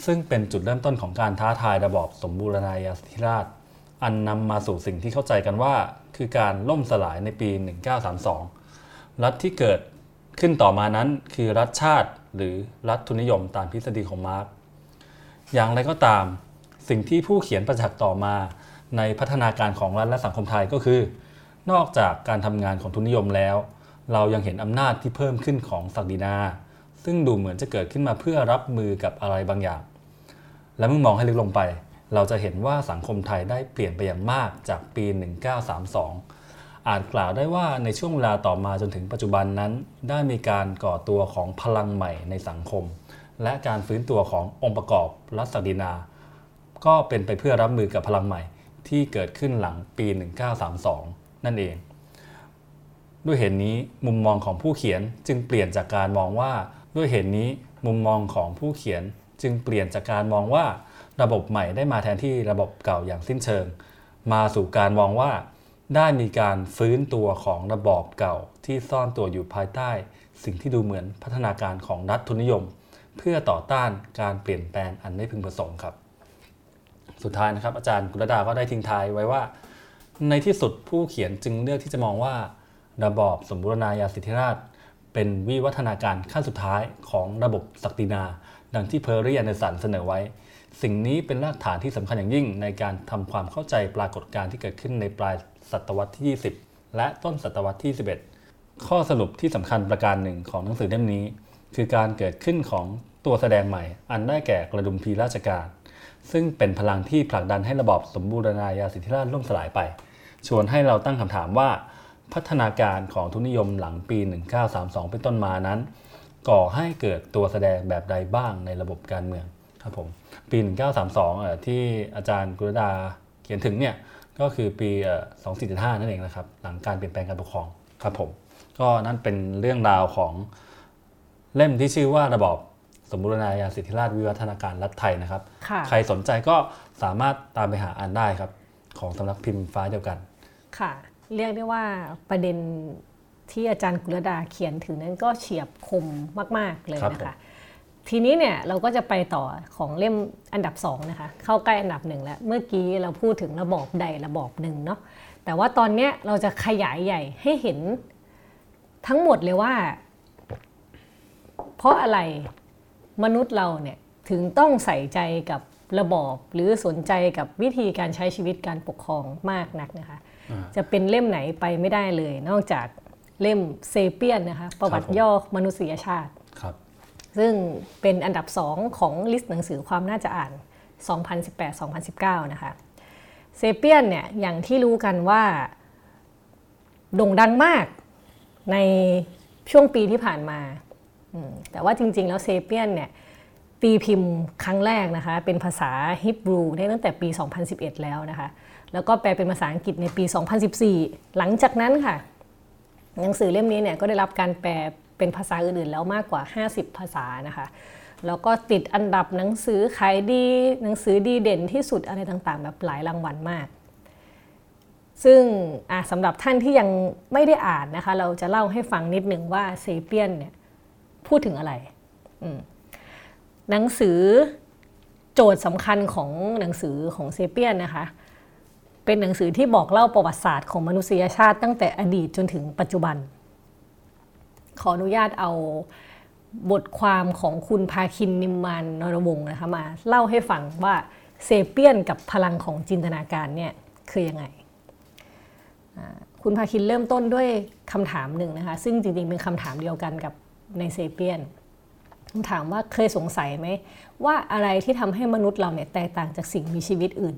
ซึ่งเป็นจุดเริ่มต้นของการท้าทายระบอบสมบูรณาญาสิทธิราชย์อันนำมาสู่สิ่งที่เข้าใจกันว่าคือการล่มสลายในปีหนึ่งเก้าสามสองรัฐที่เกิดขึ้นต่อมานั้นคือรัฐชาติหรือรัฐทุนนิยมตามทฤษฎีของมาร์กซ์อย่างไรก็ตามสิ่งที่ผู้เขียนประจักษ์ต่อมาในพัฒนาการของรัฐและสังคมไทยก็คือนอกจากการทำงานของทุนนิยมแล้วเรายังเห็นอำนาจที่เพิ่มขึ้นของศักดินาซึ่งดูเหมือนจะเกิดขึ้นมาเพื่อรับมือกับอะไรบางอย่างและเมื่อมองให้ลึกลงไปเราจะเห็นว่าสังคมไทยได้เปลี่ยนไปอย่างมากจากปีหนึ่งเก้าสามสองอาจกล่าวได้ว่าในช่วงเวลาต่อมาจนถึงปัจจุบันนั้นได้มีการก่อตัวของพลังใหม่ในสังคมและการฟื้นตัวขององค์ประกอบรัฐศักดินาก็เป็นไปเพื่อรับมือกับพลังใหม่ที่เกิดขึ้นหลังปีหนึ่งเก้าสามสองนั่นเองด้วยเหตุนี้มุมมองของผู้เขียนจึงเปลี่ยนจากการมองว่าด้วยเหตุนี้มุมมองของผู้เขียนจึงเปลี่ยนจากการมองว่าระบบใหม่ได้มาแทนที่ระบบเก่าอย่างสิ้นเชิงมาสู่การมองว่าได้มีการฟื้นตัวของระบอบเก่าที่ซ่อนตัวอยู่ภายใต้สิ่งที่ดูเหมือนพัฒนาการของรัฐทุนนิยมเพื่อต่อต้านการเปลี่ยนแปลงอันไม่พึงประสงค์ครับสุดท้ายนะครับอาจารย์กุลดาก็ได้ทิ้งท้ายไว้ว่าในที่สุดผู้เขียนจึงเลือกที่จะมองว่าระบอบสมบูรณาญาสิทธิราชย์เป็นวิวัฒนาการขั้นสุดท้ายของระบบศักดินาดังที่เพอร์รี่ แอนเดอร์สันเสนอไว้สิ่งนี้เป็นรากฐานที่สำคัญอย่างยิ่งในการทำความเข้าใจปรากฏการณ์ที่เกิดขึ้นในปลายศตวรรษที่ยี่สิบและต้นศตวรรษที่สิบเอ็ดข้อสรุปที่สำคัญประการหนึ่งของหนังสือเล่มนี้คือการเกิดขึ้นของตัวแสดงใหม่อันได้แก่กระดุมพีราชการซึ่งเป็นพลังที่ผลักดันให้ระบอบสมบูรณาญาสิทธิราชย์ล่มสลายไปชวนให้เราตั้งคำถามว่าพัฒนาการของทุนนิยมหลังปีหนึ่งเก้าสามสองเป็นต้นมานั้นก่อให้เกิดตัวแสดงแบบใดบ้างในระบบการเมืองครับผมปีหนึ่งเก้าสามสองเอ่อที่อาจารย์กุลดาเขียนถึงเนี่ยก็คือปีเอ่อสองพันสี่ร้อยเจ็ดสิบห้านั่นเองนะครับหลังการเปลี่ยนแปลงการปกครองครับผมก็นั่นเป็นเรื่องราวของเล่มที่ชื่อว่าระบอบสมบูรณาญาสิทธิราชย์วิวัฒนาการรัฐไทยนะครับใครสนใจก็สามารถตามไปหาอ่านได้ครับของสำนักพิมพ์ฟ้าเดียวกันค่ะเรียกได้ว่าประเด็นที่อาจารย์กุลดาเขียนถึงนั้นก็เฉียบคมมากๆเลยนะคะทีนี้เนี่ยเราก็จะไปต่อของเล่มอันดับสองนะคะเข้าใกล้อันดับหนึ่งแล้วเมื่อกี้เราพูดถึงระบอบใดระบอบหนึ่งเนาะแต่ว่าตอนนี้เราจะขยายใหญ่ให้เห็นทั้งหมดเลยว่าเพราะอะไรมนุษย์เราเนี่ยถึงต้องใส่ใจกับระบอบหรือสนใจกับวิธีการใช้ชีวิตการปกครองมากนักนะคะจะเป็นเล่มไหนไปไม่ได้เลยนอกจากเล่มเซเปียนนะคะประวัติย่อมนุษยชาติซึ่งเป็นอันดับสองของลิสต์หนังสือความน่าจะอ่าน สองพันสิบแปด สองพันสิบเก้า นะคะเซเปียนเนี่ยอย่างที่รู้กันว่าโด่งดังมากในช่วงปีที่ผ่านมาแต่ว่าจริงๆแล้วเซเปียนเนี่ยตีพิมพ์ครั้งแรกนะคะเป็นภาษาฮีบรูได้ตั้งแต่ปีสองพันสิบเอ็ดแล้วนะคะแล้วก็แปลเป็นภาษาอังกฤษในปีสองพันสิบสี่หลังจากนั้นค่ะหนังสือเล่มนี้เนี่ยก็ได้รับการแปลเป็นภาษาอื่นๆแล้วมากกว่าห้าสิบภาษานะคะแล้วก็ติดอันดับหนังสือขายดีหนังสือดีเด่นที่สุดอะไรต่างๆแบบหลายรางวัลมากซึ่งสำหรับท่านที่ยังไม่ได้อ่านนะคะเราจะเล่าให้ฟังนิดนึงว่าเซเปียนเนี่ยพูดถึงอะไรหนังสือโจทย์สำคัญของหนังสือของเซเปียนนะคะเป็นหนังสือที่บอกเล่าประวัติศาสตร์ของมนุษยชาติตั้งแต่อดีตจนถึงปัจจุบันขออนุญาตเอาบทความของคุณภาคินนิมมานนรวงศ์นะคะมาเล่าให้ฟังว่าเซเปียนกับพลังของจินตนาการเนี่ยคือยังไงคุณภาคินเริ่มต้นด้วยคำถามหนึ่งนะคะซึ่งจริงๆเป็นคำถามเดียวกันกับในเซเปียนถามว่าเคยสงสัยไหมว่าอะไรที่ทำให้มนุษย์เราเนี่ยแตกต่างจากสิ่งมีชีวิตอื่น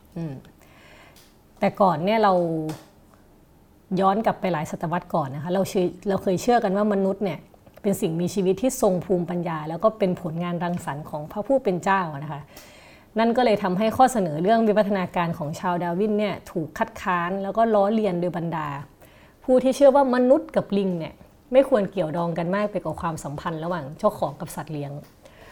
แต่ก่อนเนี่ยเราย้อนกลับไปหลายศตวรรษก่อนนะคะเราเราเคยเชื่อกันว่ามนุษย์เนี่ยเป็นสิ่งมีชีวิตที่ทรงภูมิปัญญาแล้วก็เป็นผลงานรังสรรค์ของพระผู้เป็นเจ้านะคะนั่นก็เลยทำให้ข้อเสนอเรื่องวิวัฒนาการของชาวดาร์วินเนี่ยถูกคัดค้านแล้วก็ล้อเลียนโดยบรรดาผู้ที่เชื่อว่ามนุษย์กับลิงเนี่ยไม่ควรเกี่ยวดองกันมากไปกว่าความสัมพันธ์ระหว่างเจ้าของกับสัตว์เลี้ยง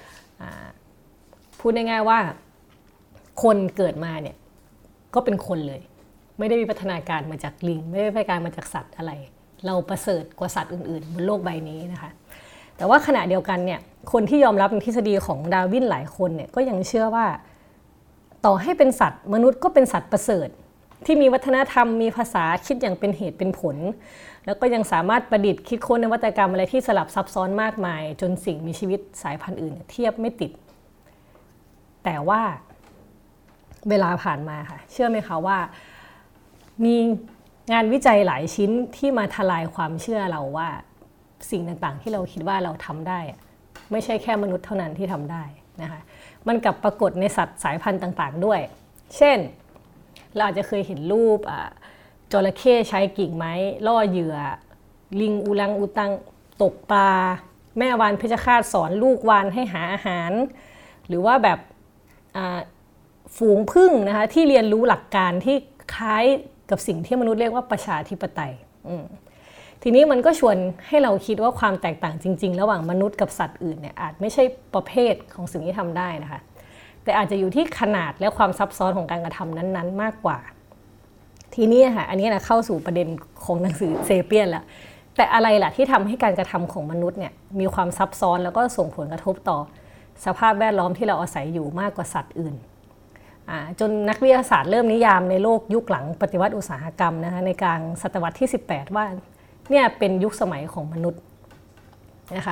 พูดง่ายๆว่าคนเกิดมาเนี่ยก็เป็นคนเลยไม่ได้วิวัฒนาการมาจากลิงไม่ได้วิวัฒนาการมาจากสัตว์อะไรเราประเสริฐกว่าสัตว์อื่นๆบนโลกใบนี้นะคะแต่ว่าขณะเดียวกันเนี่ยคนที่ยอมรับในทฤษฎีของดาร์วินหลายคนเนี่ยก็ยังเชื่อว่าต่อให้เป็นสัตว์มนุษย์ก็เป็นสัตว์ประเสริฐที่มีวัฒนธรรมมีภาษาคิดอย่างเป็นเหตุเป็นผลแล้วก็ยังสามารถประดิษฐ์คิดค้นนวัตกรรมอะไรที่สลับซับซ้อนมากมายจนสิ่งมีชีวิตสายพันธุ์อื่นเทียบไม่ติดแต่ว่าเวลาผ่านมาค่ะเชื่อไหมคะว่ามีงานวิจัยหลายชิ้นที่มาทลายความเชื่อเราว่าสิ่งต่างๆที่เราคิดว่าเราทำได้ไม่ใช่แค่มนุษย์เท่านั้นที่ทำได้นะคะมันกลับปรากฏในสัตว์สายพันธุ์ต่างๆด้วยเช่นเราอาจจะเคยเห็นรูปจระเข้ใช้กิ่งไม้ล่อเหยื่อลิงอูรังอูตังตกปลาแม่วาฬเพชฌฆาตสอนลูกวาฬให้หาอาหารหรือว่าแบบฝูงผึ้งนะคะที่เรียนรู้หลักการที่คล้ายกับสิ่งที่มนุษย์เรียกว่าประชาธิปไตยทีนี้มันก็ชวนให้เราคิดว่าความแตกต่างจริงๆระหว่างมนุษย์กับสัตว์อื่นเนี่ยอาจไม่ใช่ประเภทของสิ่งที่ทำได้นะคะแต่อาจจะอยู่ที่ขนาดและความซับซ้อนของการกระทำนั้นๆมากกว่าทีนี้ค่ะอันนี้นะเข้าสู่ประเด็นของหนังสือเซเปียนแล้วแต่อะไรล่ะที่ทำให้การกระทำของมนุษย์เนี่ยมีความซับซ้อนแล้วก็ส่งผลกระทบต่อสภาพแวดล้อมที่เราอาศัยอยู่มากกว่าสัตว์อื่นจนนักวิทยาศาสตร์เริ่มนิยามในโลกยุคหลังปฏิวัติอุตสาหกรรมนะคะในกลางศตวรรษที่สิบแปดว่าเนี่ยเป็นยุคสมัยของมนุษย์นะคะ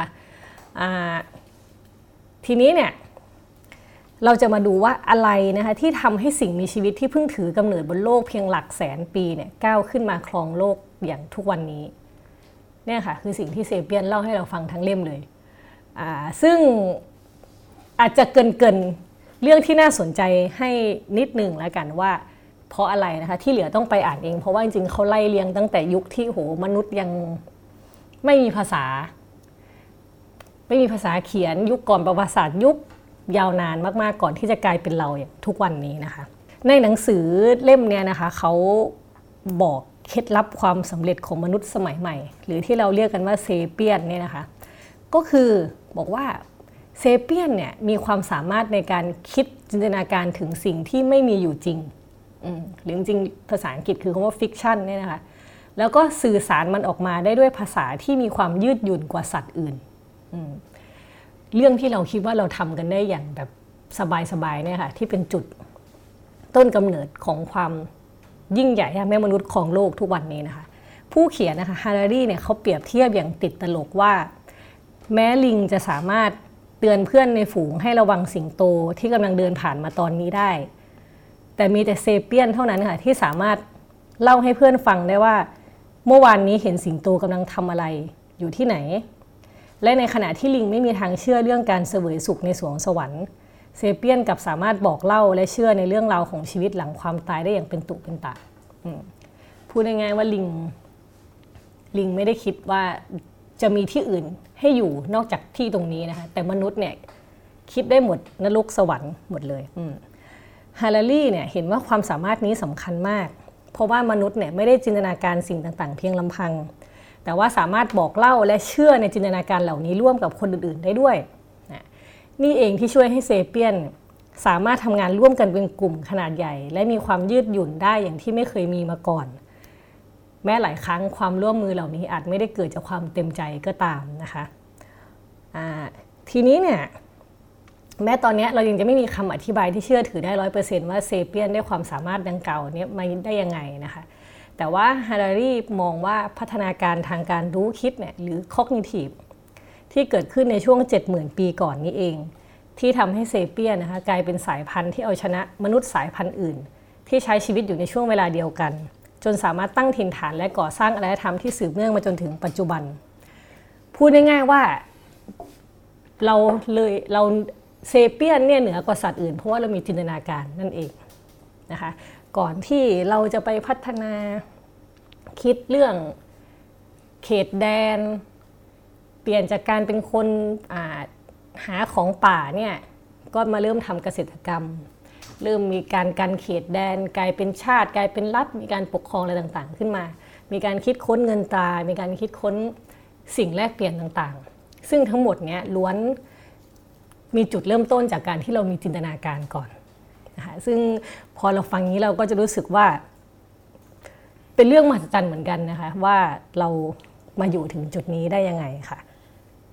ทีนี้เนี่ยเราจะมาดูว่าอะไรนะคะที่ทำให้สิ่งมีชีวิตที่เพิ่งถือกำเนิดบนโลกเพียงหลักแสนปีเนี่ยก้าวขึ้นมาครองโลกอย่างทุกวันนี้เนี่ยค่ะคือสิ่งที่เซเปียนเล่าให้เราฟังทั้งเล่มเลยซึ่งอาจจะเกินเกินเรื่องที่น่าสนใจให้นิดหนึ่งแล้วกันว่าเพราะอะไรนะคะที่เหลือต้องไปอ่านเองเพราะว่าจริงๆเขาไล่เรียงตั้งแต่ยุคที่โหมนุษย์ยังไม่มีภาษาไม่มีภาษาเขียนยุคก่อนประวัติศาสตร์ยุคยาวนานมากๆก่อนที่จะกลายเป็นเราอย่างทุกวันนี้นะคะในหนังสือเล่มนี้นะคะเขาบอกเคล็ดลับความสำเร็จของมนุษย์สมัยใหม่หรือที่เราเรียกกันว่าเซเปียนเนี่ยนะคะก็คือบอกว่าเซเปียนเนี่ยมีความสามารถในการคิดจินตนาการถึงสิ่งที่ไม่มีอยู่จริงหรือจริงภาษาอังกฤษคือคำว่าฟิกชันเนี่ยนะคะแล้วก็สื่อสารมันออกมาได้ด้วยภาษาที่มีความยืดหยุ่นกว่าสัตว์อื่นเรื่องที่เราคิดว่าเราทำกันได้อย่างแบบสบายๆเนี่ยค่ะที่เป็นจุดต้นกำเนิดของความยิ่งใหญ่แม่มนุษย์ของโลกทุกวันนี้นะคะผู้เขียนนะคะฮารารีเนี่ยเขาเปรียบเทียบอย่างติดตลกว่าแม้ลิงจะสามารถเตือนเพื่อนในฝูงให้ระวังสิงโตที่กำลังเดินผ่านมาตอนนี้ได้แต่มีแต่เซเปียนเท่านั้นค่ะที่สามารถเล่าให้เพื่อนฟังได้ว่าเมื่อวานนี้เห็นสิงโตกำลังทำอะไรอยู่ที่ไหนและในขณะที่ลิงไม่มีทางเชื่อเรื่องการเสวยสุขในสวงสวรรค์เซเปียนกับสามารถบอกเล่าและเชื่อในเรื่องราวของชีวิตหลังความตายได้อย่างเป็นตุเป็นตะพูดง่ายๆว่าลิงลิงไม่ได้คิดว่าจะมีที่อื่นให้อยู่นอกจากที่ตรงนี้นะคะแต่มนุษย์เนี่ยคิดได้หมดนรกสวรรค์หมดเลยฮารารีเนี่ยเห็นว่าความสามารถนี้สำคัญมากเพราะว่ามนุษย์เนี่ยไม่ได้จินตนาการสิ่งต่างๆเพียงลำพังแต่ว่าสามารถบอกเล่าและเชื่อในจินตนาการเหล่านี้ร่วมกับคนอื่นๆได้ด้วยนี่เองที่ช่วยให้เซเปียนสามารถทำงานร่วมกันเป็นกลุ่มขนาดใหญ่และมีความยืดหยุ่นได้อย่างที่ไม่เคยมีมาก่อนแม้หลายครั้งความร่วมมือเหล่านี้อาจไม่ได้เกิดจากความเต็มใจก็ตามนะคะทีนี้เนี่ยแม้ตอนนี้เรายังจะไม่มีคำอธิบายที่เชื่อถือได้ ร้อยเปอร์เซ็นต์ ว่าเซเปียนได้ความสามารถดังกล่าวนี้มาได้ยังไงนะคะแต่ว่าฮารารีมองว่าพัฒนาการทางการรู้คิดเนี่ยหรือ cognitive ที่เกิดขึ้นในช่วง เจ็ดหมื่น ปีก่อนนี้เองที่ทำให้เซเปียนนะคะกลายเป็นสายพันธุ์ที่เอาชนะมนุษย์สายพันธุ์อื่นที่ใช้ชีวิตอยู่ในช่วงเวลาเดียวกันจนสามารถตั้งถิ่นฐานและก่อสร้างอารยธรรมที่สืบเนื่องมาจนถึงปัจจุบันพูดง่ายๆว่าเราเลยเราเซเปียนเนี่ยเหนือกว่าสัตว์อื่นเพราะว่าเรามีจินตนาการนั่นเองนะคะก่อนที่เราจะไปพัฒนาคิดเรื่องเขตแดนเปลี่ยนจากการเป็นคนหาของป่าเนี่ยก็มาเริ่มทำเกษตรกรรมเริ่มมีการกันเขตแดนกลายเป็นชาติกลายเป็นรัฐมีการปกครองอะไรต่างๆขึ้นมามีการคิดค้นเงินตรามีการคิดค้นสิ่งแลกเปลี่ยนต่างๆซึ่งทั้งหมดเนี้ยล้วนมีจุดเริ่มต้นจากการที่เรามีจินตนาการก่อนนะคะซึ่งพอเราฟังนี้เราก็จะรู้สึกว่าเป็นเรื่องมหัศจรรย์เหมือนกันนะคะว่าเรามาอยู่ถึงจุดนี้ได้ยังไงค่ะค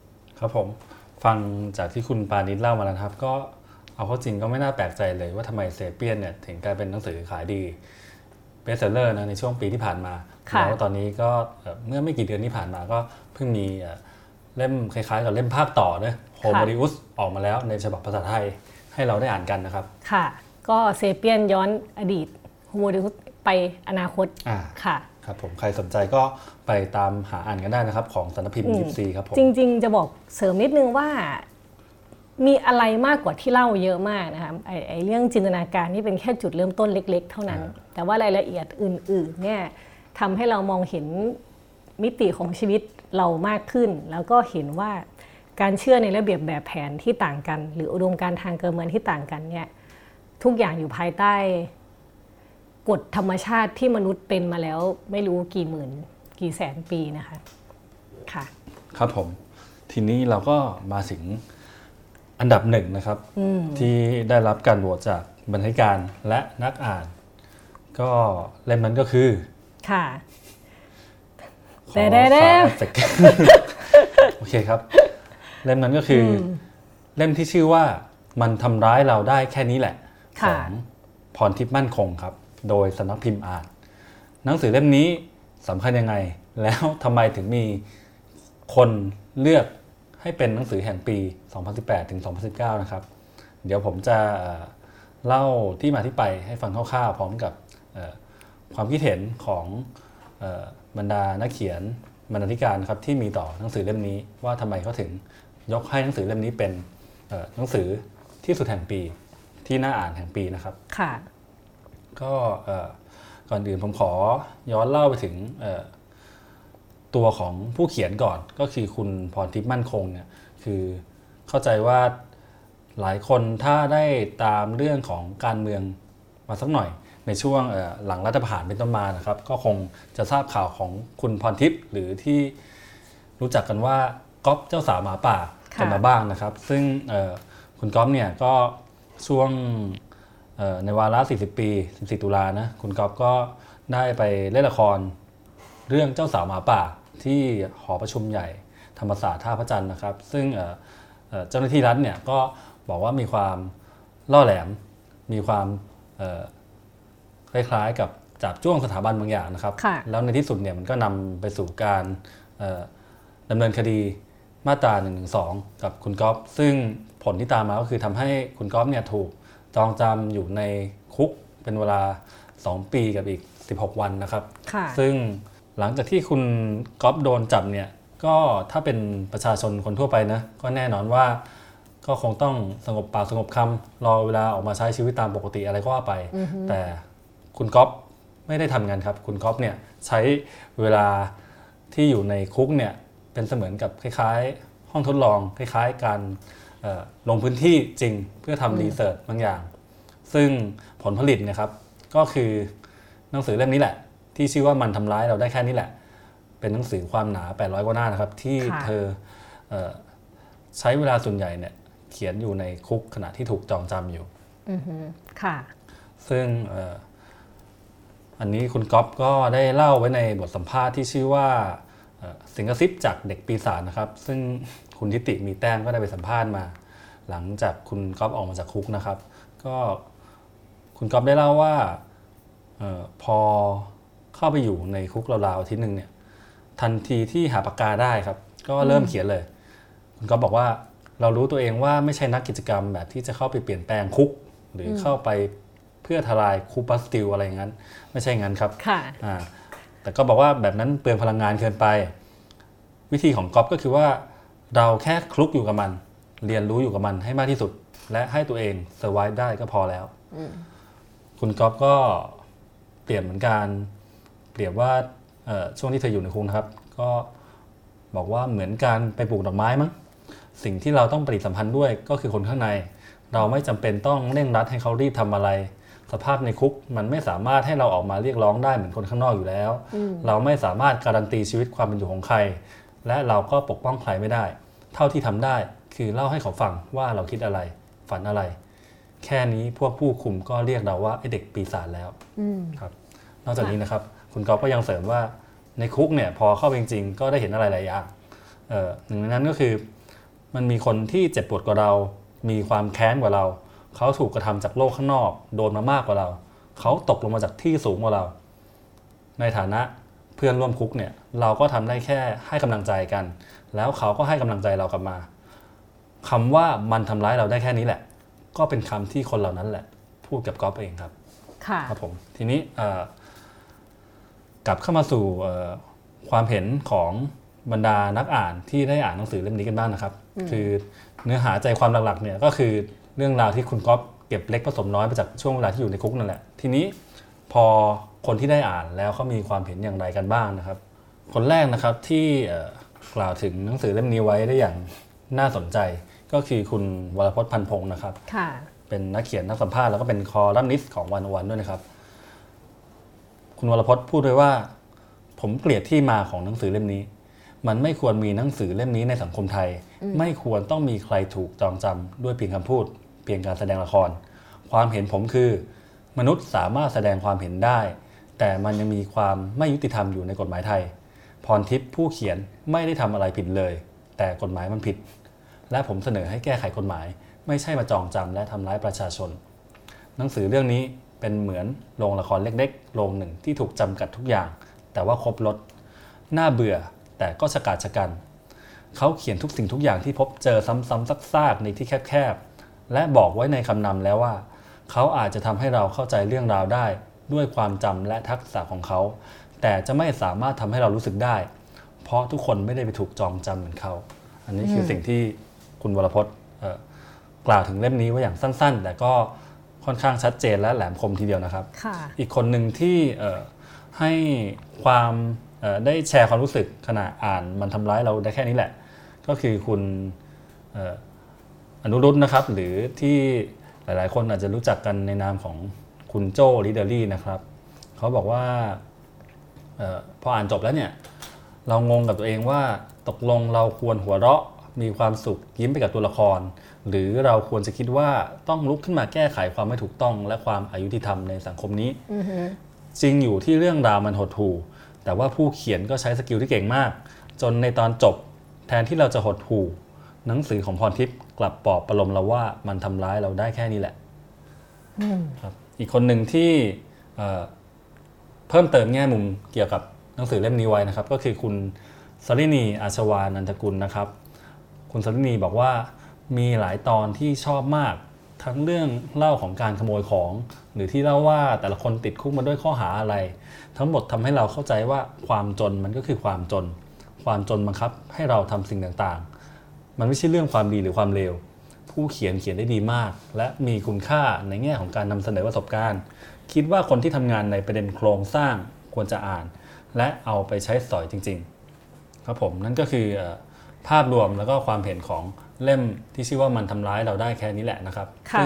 ครับผมฟังจากที่คุณปานิชเล่ามาแล้วครับก็เอาเข้าจริงก็ไม่น่าแปลกใจเลยว่าทำไมเซเปียนเนี่ยถึงกลายเป็นหนังสือขายดีเบสเซลเลอร์นะในช่วงปีที่ผ่านมาแล้วตอนนี้ก็เมื่อไม่กี่เดือนที่ผ่านมาก็เพิ่งมีเล่มคล้ายๆกับเล่มภาคต่อนะโฮโมดิอุสออกมาแล้วในฉบับภาษาไทยให้เราได้อ่านกันนะครับค่ะก็เซเปียนย้อนอดีตโฮโมดิอุสไปอนาคตค่ะครับผมใครสนใจก็ไปตามหาอ่านกันได้นะครับของสำนักพิมพ์ยิปซีครับผมจริงๆจะบอกเสริมนิดนึงว่ามีอะไรมากกว่าที่เล่าเยอะมากนะคะไอ้ไอ้เรื่องจินตนาการนี่เป็นแค่จุดเริ่มต้นเล็กๆเท่านั้นแต่ว่ารายละเอียดอื่นๆเนี่ยทำให้เรามองเห็นมิติของชีวิตเรามากขึ้นแล้วก็เห็นว่าการเชื่อในระเบียบแบบแผนที่ต่างกันหรืออุดมการณ์ทางการเมืองที่ต่างกันเนี่ยทุกอย่างอยู่ภายใต้กฎธรรมชาติที่มนุษย์เป็นมาแล้วไม่รู้กี่หมื่นกี่แสนปีนะคะค่ะครับผมทีนี้เราก็มาถึงอันดับหนึ่งนะครับที่ได้รับการโหวตจากบรรณาธิการและนักอ่านก็เล่มนั้นก็คือค่ะขอขอโอเคครับเล่มนั้นก็คือเล่มที่ชื่อว่ามันทำร้ายเราได้แค่นี้แหละของพรทิพย์มั่นคงครับโดยสำนักพิมพ์อ่านหนังสือเล่มนี้สำคัญยังไงแล้วทำไมถึงมีคนเลือกให้เป็นหนังสือแห่งปีสองพันสิบแปดถึงสองพันสิบเก้านะครับเดี๋ยวผมจะเล่าที่มาที่ไปให้ฟังคร่าวๆพร้อมกับความคิดเห็นของบรรดานักเขียนบรรณาธิการครับที่มีต่อหนังสือเล่มนี้ว่าทำไมเขาถึงยกให้หนังสือเล่มนี้เป็นหนังสือที่สุดแห่งปีที่น่าอ่านแห่งปีนะครับค่ะก็ก่อนอื่นผมขอย้อนเล่าไปถึงตัวของผู้เขียนก่อนก็คือคุณพรทิพย์มั่นคงเนี่ยคือเข้าใจว่าหลายคนถ้าได้ตามเรื่องของการเมืองมาสักหน่อยในช่วงหลังรัฐประหารเป็นต้นมานะครับก็คงจะทราบข่าวของคุณพรทิพย์หรือที่รู้จักกันว่าก๊อฟเจ้าสาวหมาป่ากันมาบ้างนะครับซึ่งคุณก๊อฟเนี่ยก็ช่วงในวาระสี่สิบปีสิบสี่ตุลานะคุณก๊อฟก็ได้ไปเล่นละครเรื่องเจ้าสาวหมาป่าที่หอประชุมใหญ่ธรรมศาสตร์ท่าพระจันทร์นะครับซึ่งเจ้าหน้าที่รัฐเนี่ยก็บอกว่ามีความล่อแหลมมีความคล้ายๆกับจับจ้วงสถาบันบางอย่างนะครับแล้วในที่สุดเนี่ยมันก็นำไปสู่การดำเนินคดีมาตราหนึ่งหนึ่งสองกับคุณก๊อฟซึ่งผลที่ตามมาก็คือทำให้คุณก๊อฟเนี่ยถูกจองจำอยู่ในคุกเป็นเวลาสองปีกับอีกสิบหกวันนะครับซึ่งหลังจากที่คุณก๊อฟโดนจับเนี่ยก็ถ้าเป็นประชาชนคนทั่วไปนะก็แน่นอนว่าก็คงต้องสงบปากสงบคำรอเวลาออกมาใช้ชีวิตตามปกติอะไรก็ว่าไป mm-hmm. แต่คุณก๊อฟไม่ได้ทำงานครับคุณก๊อฟเนี่ยใช้เวลาที่อยู่ในคุกเนี่ยเป็นเสมือนกับคล้ายๆห้องทดลองคล้ายๆการลงพื้นที่จริงเพื่อทำรีเสิร์ชบางอย่างซึ่งผลผลิตนะครับก็คือหนังสือเล่มนี้แหละที่ชื่อว่ามันทำร้ายเราได้แค่นี้แหละเป็นหนังสือความหนาแปดร้อยกว่าหน้านะครับที่เธอใช้เวลาส่วนใหญ่เนี่ยเขียนอยู่ในคุกขณะที่ถูกจองจำอยู่ค่ะซึ่งอันนี้คุณก๊อฟก็ได้เล่าไว้ในบทสัมภาษณ์ที่ชื่อว่าเสียงกระซิบจากเด็กปีศาจนะครับซึ่งคุณทิติมีแต้มก็ได้ไปสัมภาษณ์มาหลังจากคุณก๊อฟออกมาจากคุกนะครับก็คุณก๊อฟได้เล่าว่าออพอเข้าไปอยู่ในคุกราวๆอาทิตย์นึงเนี่ยทันทีที่หาปากกาได้ครับก็เริ่มเขียนเลยคุณก๊อฟบอกว่าเรารู้ตัวเองว่าไม่ใช่นักกิจกรรมแบบที่จะเข้าไปเปลี่ยนแปลงคุกหรือเข้าไปเพื่อทลายคุกบัสติลอะไรอย่างนั้นไม่ใช่งั้นครับค่ะอ่าแต่ก็บอกว่าแบบนั้นเปลืองพลังงานเกินไปวิธีของก๊อฟก็คือว่าเราแค่คลุกอยู่กับมันเรียนรู้อยู่กับมันให้มากที่สุดและให้ตัวเองเซอร์ไวฟ์ได้ก็พอแล้วคุณก๊อฟก็เปรียบเหมือนกันเปรียบว่าช่วงที่เธออยู่ในคุกนะครับก็บอกว่าเหมือนการไปปลูกดอกไม้มั้งสิ่งที่เราต้องปฏิสัมพันธ์ด้วยก็คือคนข้างในเราไม่จำเป็นต้องเร่งรัดให้เขารีบทำอะไรสภาพในคุกมันไม่สามารถให้เราออกมาเรียกร้องได้เหมือนคนข้างนอกอยู่แล้วเราไม่สามารถการันตีชีวิตความเป็นอยู่ของใครและเราก็ปกป้องใครไม่ได้เท่าที่ทำได้คือเล่าให้เขาฟังว่าเราคิดอะไรฝันอะไรแค่นี้พวกผู้คุมก็เรียกเราว่าไอ้เด็กปีศาจแล้วครับนอกจากนี้นะครับคุณก๊อฟก็ยังเสริมว่าในคุกเนี่ยพอเข้าไปจริงๆก็ได้เห็นอะไรหลายอย่างหนึ่งในนั้นก็คือมันมีคนที่เจ็บปวดกว่าเรามีความแค้นกว่าเราเขาถูกกระทำจากโลกข้างนอกโดนมามากกว่าเราเขาตกลงมาจากที่สูงกว่าเราในฐานะเพื่อนร่วมคุกเนี่ยเราก็ทำได้แค่ให้กำลังใจกันแล้วเขาก็ให้กำลังใจเรากลับมาคำว่ามันทำร้ายเราได้แค่นี้แหละก็เป็นคำที่คนเหล่านั้นแหละพูดกับก๊อฟเองครับค่ะครับผมทีนี้กลับเข้ามาสู่ความเห็นของบรรดานักอ่านที่ได้อ่านหนังสือเล่มนี้กันบ้างนะครับคือเนื้อหาใจความหลักๆเนี่ยก็คือเรื่องราวที่คุณก๊อฟเก็บเล็กผสมน้อยมาจากช่วงเวลาที่อยู่ในคุกนั่นแหละทีนี้พอคนที่ได้อ่านแล้วเขามีความเห็นอย่างไรกันบ้างนะครับคนแรกนะครับที่กล่าวถึงหนังสือเล่มนี้ไว้ได้อย่างน่าสนใจก็คือคุณวรพจน์ พันพงศ์นะครับเป็นนักเขียนนักสัมภาษณ์แล้วก็เป็นคอลัมนิสต์ของวันวันด้วยนะครับคุณวรพจน์พูดด้วยว่าผมเกลียดที่มาของหนังสือเล่มนี้มันไม่ควรมีหนังสือเล่มนี้ในสังคมไทยไม่ควรต้องมีใครถูกจองจำด้วยเพียงคำพูดเพียงการแสดงละครความเห็นผมคือมนุษย์สามารถแสดงความเห็นได้แต่มันยังมีความไม่ยุติธรรมอยู่ในกฎหมายไทยพรทิพย์ผู้เขียนไม่ได้ทำอะไรผิดเลยแต่กฎหมายมันผิดและผมเสนอให้แก้ไขกฎหมายไม่ใช่มาจองจำและทำร้ายประชาชนหนังสือเรื่องนี้เป็นเหมือนโรงละครเล็กๆโรงหนึ่งที่ถูกจำกัดทุกอย่างแต่ว่าครบรสน่าเบื่อแต่ก็ฉกาจฉกันเขาเขียนทุกสิ่งทุกอย่างที่พบเจอซ้ำๆซากๆในที่แคบๆและบอกไว้ในคำนำแล้วว่าเขาอาจจะทำให้เราเข้าใจเรื่องราวได้ด้วยความจำและทักษะของเขาแต่จะไม่สามารถทำให้เรารู้สึกได้เพราะทุกคนไม่ได้ไปถูกจองจำเหมือนเขาอันนี้คือสิ่งที่คุณวรพจน์กล่าวถึงเล่มนี้ไว้อย่างสั้นๆแต่ก็ค่อนข้างชัดเจนและแหลมคมทีเดียวนะครับอีกคนหนึ่งที่ให้ความได้แชร์ความรู้สึกขณะอ่านมันทำร้ายเราได้แค่นี้แหละก็คือคุณอนุรุตนะครับหรือที่หลายๆคนอาจจะรู้จักกันในนามของคุณโจ้ลิเดอรี่นะครับเขาบอกว่าออพออ่านจบแล้วเนี่ยเรางงกับตัวเองว่าตกลงเราควรหัวเราะมีความสุขยิ้มไปกับตัวละครหรือเราควรจะคิดว่าต้องลุกขึ้นมาแก้ไขความไม่ถูกต้องและความอยุติธรรมในสังคมนี้ mm-hmm. จริงอยู่ที่เรื่องราวมันหดหู่แต่ว่าผู้เขียนก็ใช้สกิลที่เก่งมากจนในตอนจบแทนที่เราจะหดหู่หนังสือของพรทิพย์กลับปลอบประโลมเราว่ามันทำร้ายเราได้แค่นี้แหละ mm. ครับอีกคนหนึ่งที่เอ่อเพิ่มเติมแง่มุมเกี่ยวกับหนังสือเล่มนี้ไว้นะครับก็คือคุณสรินีอาชวานันทกุลนะครับคุณสรินีบอกว่ามีหลายตอนที่ชอบมากทั้งเรื่องเล่าของการขโมยของหรือที่เล่าว่าแต่ละคนติดคุกมาด้วยข้อหาอะไรทั้งหมดทำให้เราเข้าใจว่าความจนมันก็คือความจนความจนบังคับให้เราทำสิ่งต่างๆมันไม่ใช่เรื่องความดีหรือความเลวผู้เขียนเขียนได้ดีมากและมีคุณค่าในแง่ของการนำเสนอประสบการณ์คิดว่าคนที่ทำงานในประเด็นโครงสร้างควรจะอ่านและเอาไปใช้สอยจริงๆครับผมนั่นก็คือภาพรวมแล้วก็ความเห็นของเล่มที่ชื่อว่ามันทำร้ายเราได้แค่นี้แหละนะครับซึ่ง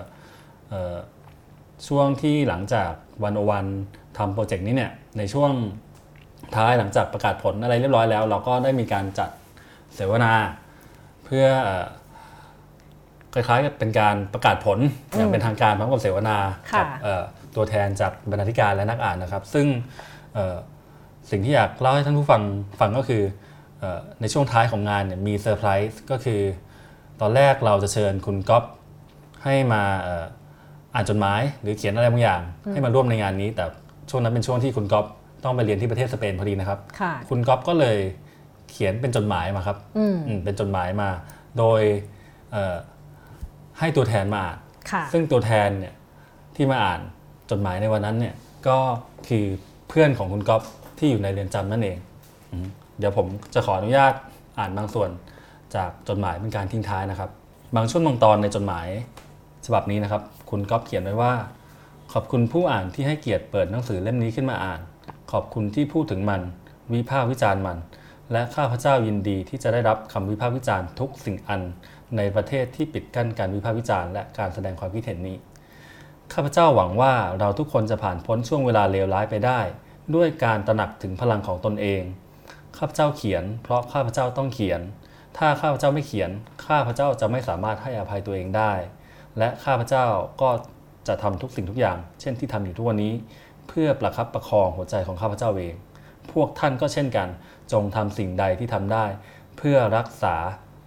ช่วงที่หลังจากวันโอวันทำโปรเจกต์นี้เนี่ยในช่วงท้ายหลังจากประกาศผลอะไรเรียบร้อยแล้วเราก็ได้มีการจัดเสวนาเพื่อคล้ายๆกับเป็นการประกาศผลอย่างเป็นทางการพร้อมกับเสวนากับตัวแทนจากบรรณาธิการและนักอ่านนะครับซึ่งสิ่งที่อยากเล่าให้ท่านผู้ฟังฟังก็คือในช่วงท้ายของงานเนี่ยมีเซอร์ไพรส์ก็คือตอนแรกเราจะเชิญคุณก๊อฟให้มาอ่านจดหมายหรือเขียนอะไรบางอย่างให้มาร่วมในงานนี้แต่ช่วงนั้นเป็นช่วงที่คุณก๊อฟต้องไปเรียนที่ประเทศสเปนพอดีนะครับคุณก๊อฟก็เลยเขียนเป็นจดหมายมาครับเป็นจดหมายมาโดยให้ตัวแทนมาอ่านซึ่งตัวแทนเนี่ยที่มาอ่านจดหมายในวันนั้นเนี่ยก็คือเพื่อนของคุณก๊อฟที่อยู่ในเรือนจำนั่นเองเดี๋ยวผมจะขออนุญาตอ่านบางส่วนจากจดหมายเป็นการทิ้งท้ายนะครับบางช่วงบางตอนในจดหมายฉบับนี้นะครับคุณก๊อฟเขียนไว้ว่าขอบคุณผู้อ่านที่ให้เกียรติเปิดหนังสือเล่มนี้ขึ้นมาอ่านขอบคุณที่พูดถึงมันวิพากษ์วิจารณ์มันและข้าพเจ้ายินดีที่จะได้รับคำวิพากษ์วิจารณ์ทุกสิ่งอันในประเทศที่ปิดกั้นการวิพากษ์วิจารณ์และการแสดงความคิดเห็นนี้ข้าพเจ้าหวังว่าเราทุกคนจะผ่านพ้นช่วงเวลาเลวร้ายไปได้ด้วยการตระหนักถึงพลังของตนเองข้าพเจ้าเขียนเพราะข้าพเจ้าต้องเขียนถ้าข้าพเจ้าไม่เขียนข้าพเจ้าจะไม่สามารถให้อภัยตัวเองได้และข้าพเจ้าก็จะทำทุกสิ่งทุกอย่างเช่นที่ทำอยู่ทุกวันนี้เพื่อประคับประคองหัวใจของข้าพเจ้าเองพวกท่านก็เช่นกันจงทำสิ่งใดที่ทำได้เพื่อรักษา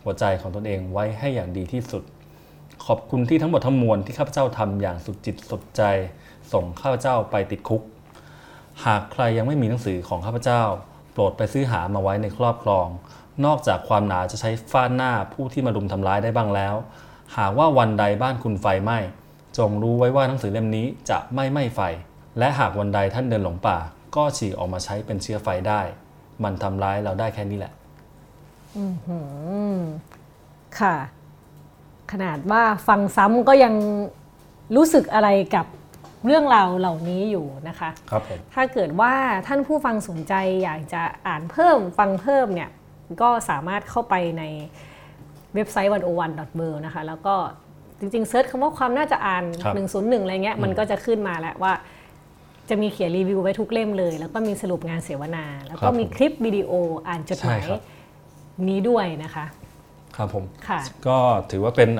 หัวใจของตนเองไว้ให้อย่างดีที่สุดขอบคุณที่ทั้งหมดทั้งมวลที่ข้าพเจ้าทำอย่างสุดจิตสุดใจส่งข้าพเจ้าไปติดคุกหากใครยังไม่มีหนังสือของข้าพเจ้าโปรดไปซื้อหามาไว้ในครอบครองนอกจากความหนาจะใช้ฟาดหน้าผู้ที่มารุมทำร้ายได้บ้างแล้วหากว่าวันใดบ้านคุณไฟไหม้จงรู้ไว้ว่าหนังสือเล่มนี้จะไม่ไหม้ไฟและหากวันใดท่านเดินหลงป่าก็ฉีกออกมาใช้เป็นเชื้อไฟได้มันทำร้ายเราได้แค่นี้แหละอือหือค่ะขนาดว่าฟังซ้ำก็ยังรู้สึกอะไรกับเรื่องราวเหล่านี้อยู่นะคะครับผมถ้าเกิดว่าท่านผู้ฟังสนใจอยากจะอ่านเพิ่มฟังเพิ่มเนี่ยก็สามารถเข้าไปในเว็บไซต์ หนึ่งศูนย์หนึ่ง ดอท เวิลด์ นะคะแล้วก็จริงๆเซิร์ชคำว่าความน่าจะอ่านหนึ่งศูนย์หนึ่งอะไรเงี้ยมันก็จะขึ้นมาแล้วว่าจะมีเขียนรีวิวไว้ทุกเล่มเลยแล้วก็มีสรุปงานเสวนาแล้วก็มีคลิปวิดีโออ่านจดหมายนี้ด้วยนะคะครับผมก็ถือว่าเป็น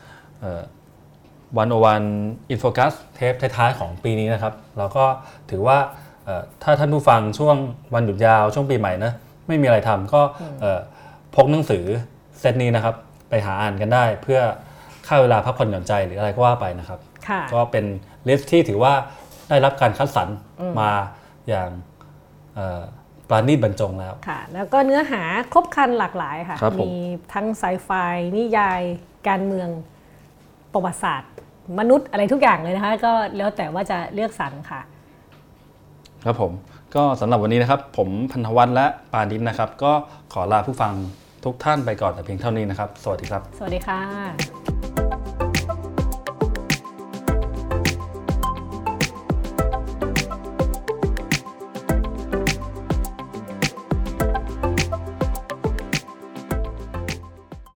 วันโอวันอินโฟกัสเทปท้ายๆของปีนี้นะครับแล้วก็ถือว่าถ้าท่านผู้ฟังช่วงวันหยุดยาวช่วงปีใหม่นะไม่มีอะไรทำก็พกหนังสือเซตนี้นะครับไปหาอ่านกันได้เพื่อฆ่าเวลาพักผ่อนหย่อนใจหรืออะไรก็ว่าไปนะครับก็เป็นลิสต์ที่ถือว่าได้รับการคัดสรรมาอย่างปราณีตบรรจงแล้วค่ะแล้วก็เนื้อหาครบครันหลากหลายค่ะมีทั้งไซไฟนิยายการเมืองประวัติศาสตร์มนุษย์อะไรทุกอย่างเลยนะคะก็แล้วแต่ว่าจะเลือกสรรค่ะครับผมก็สำหรับวันนี้นะครับผมพันธวัฒน์และปานิชนะครับก็ขอลาผู้ฟังทุกท่านไปก่อนแต่เพียงเท่านี้นะครับสวัสดีครับสวัสดีค่ะ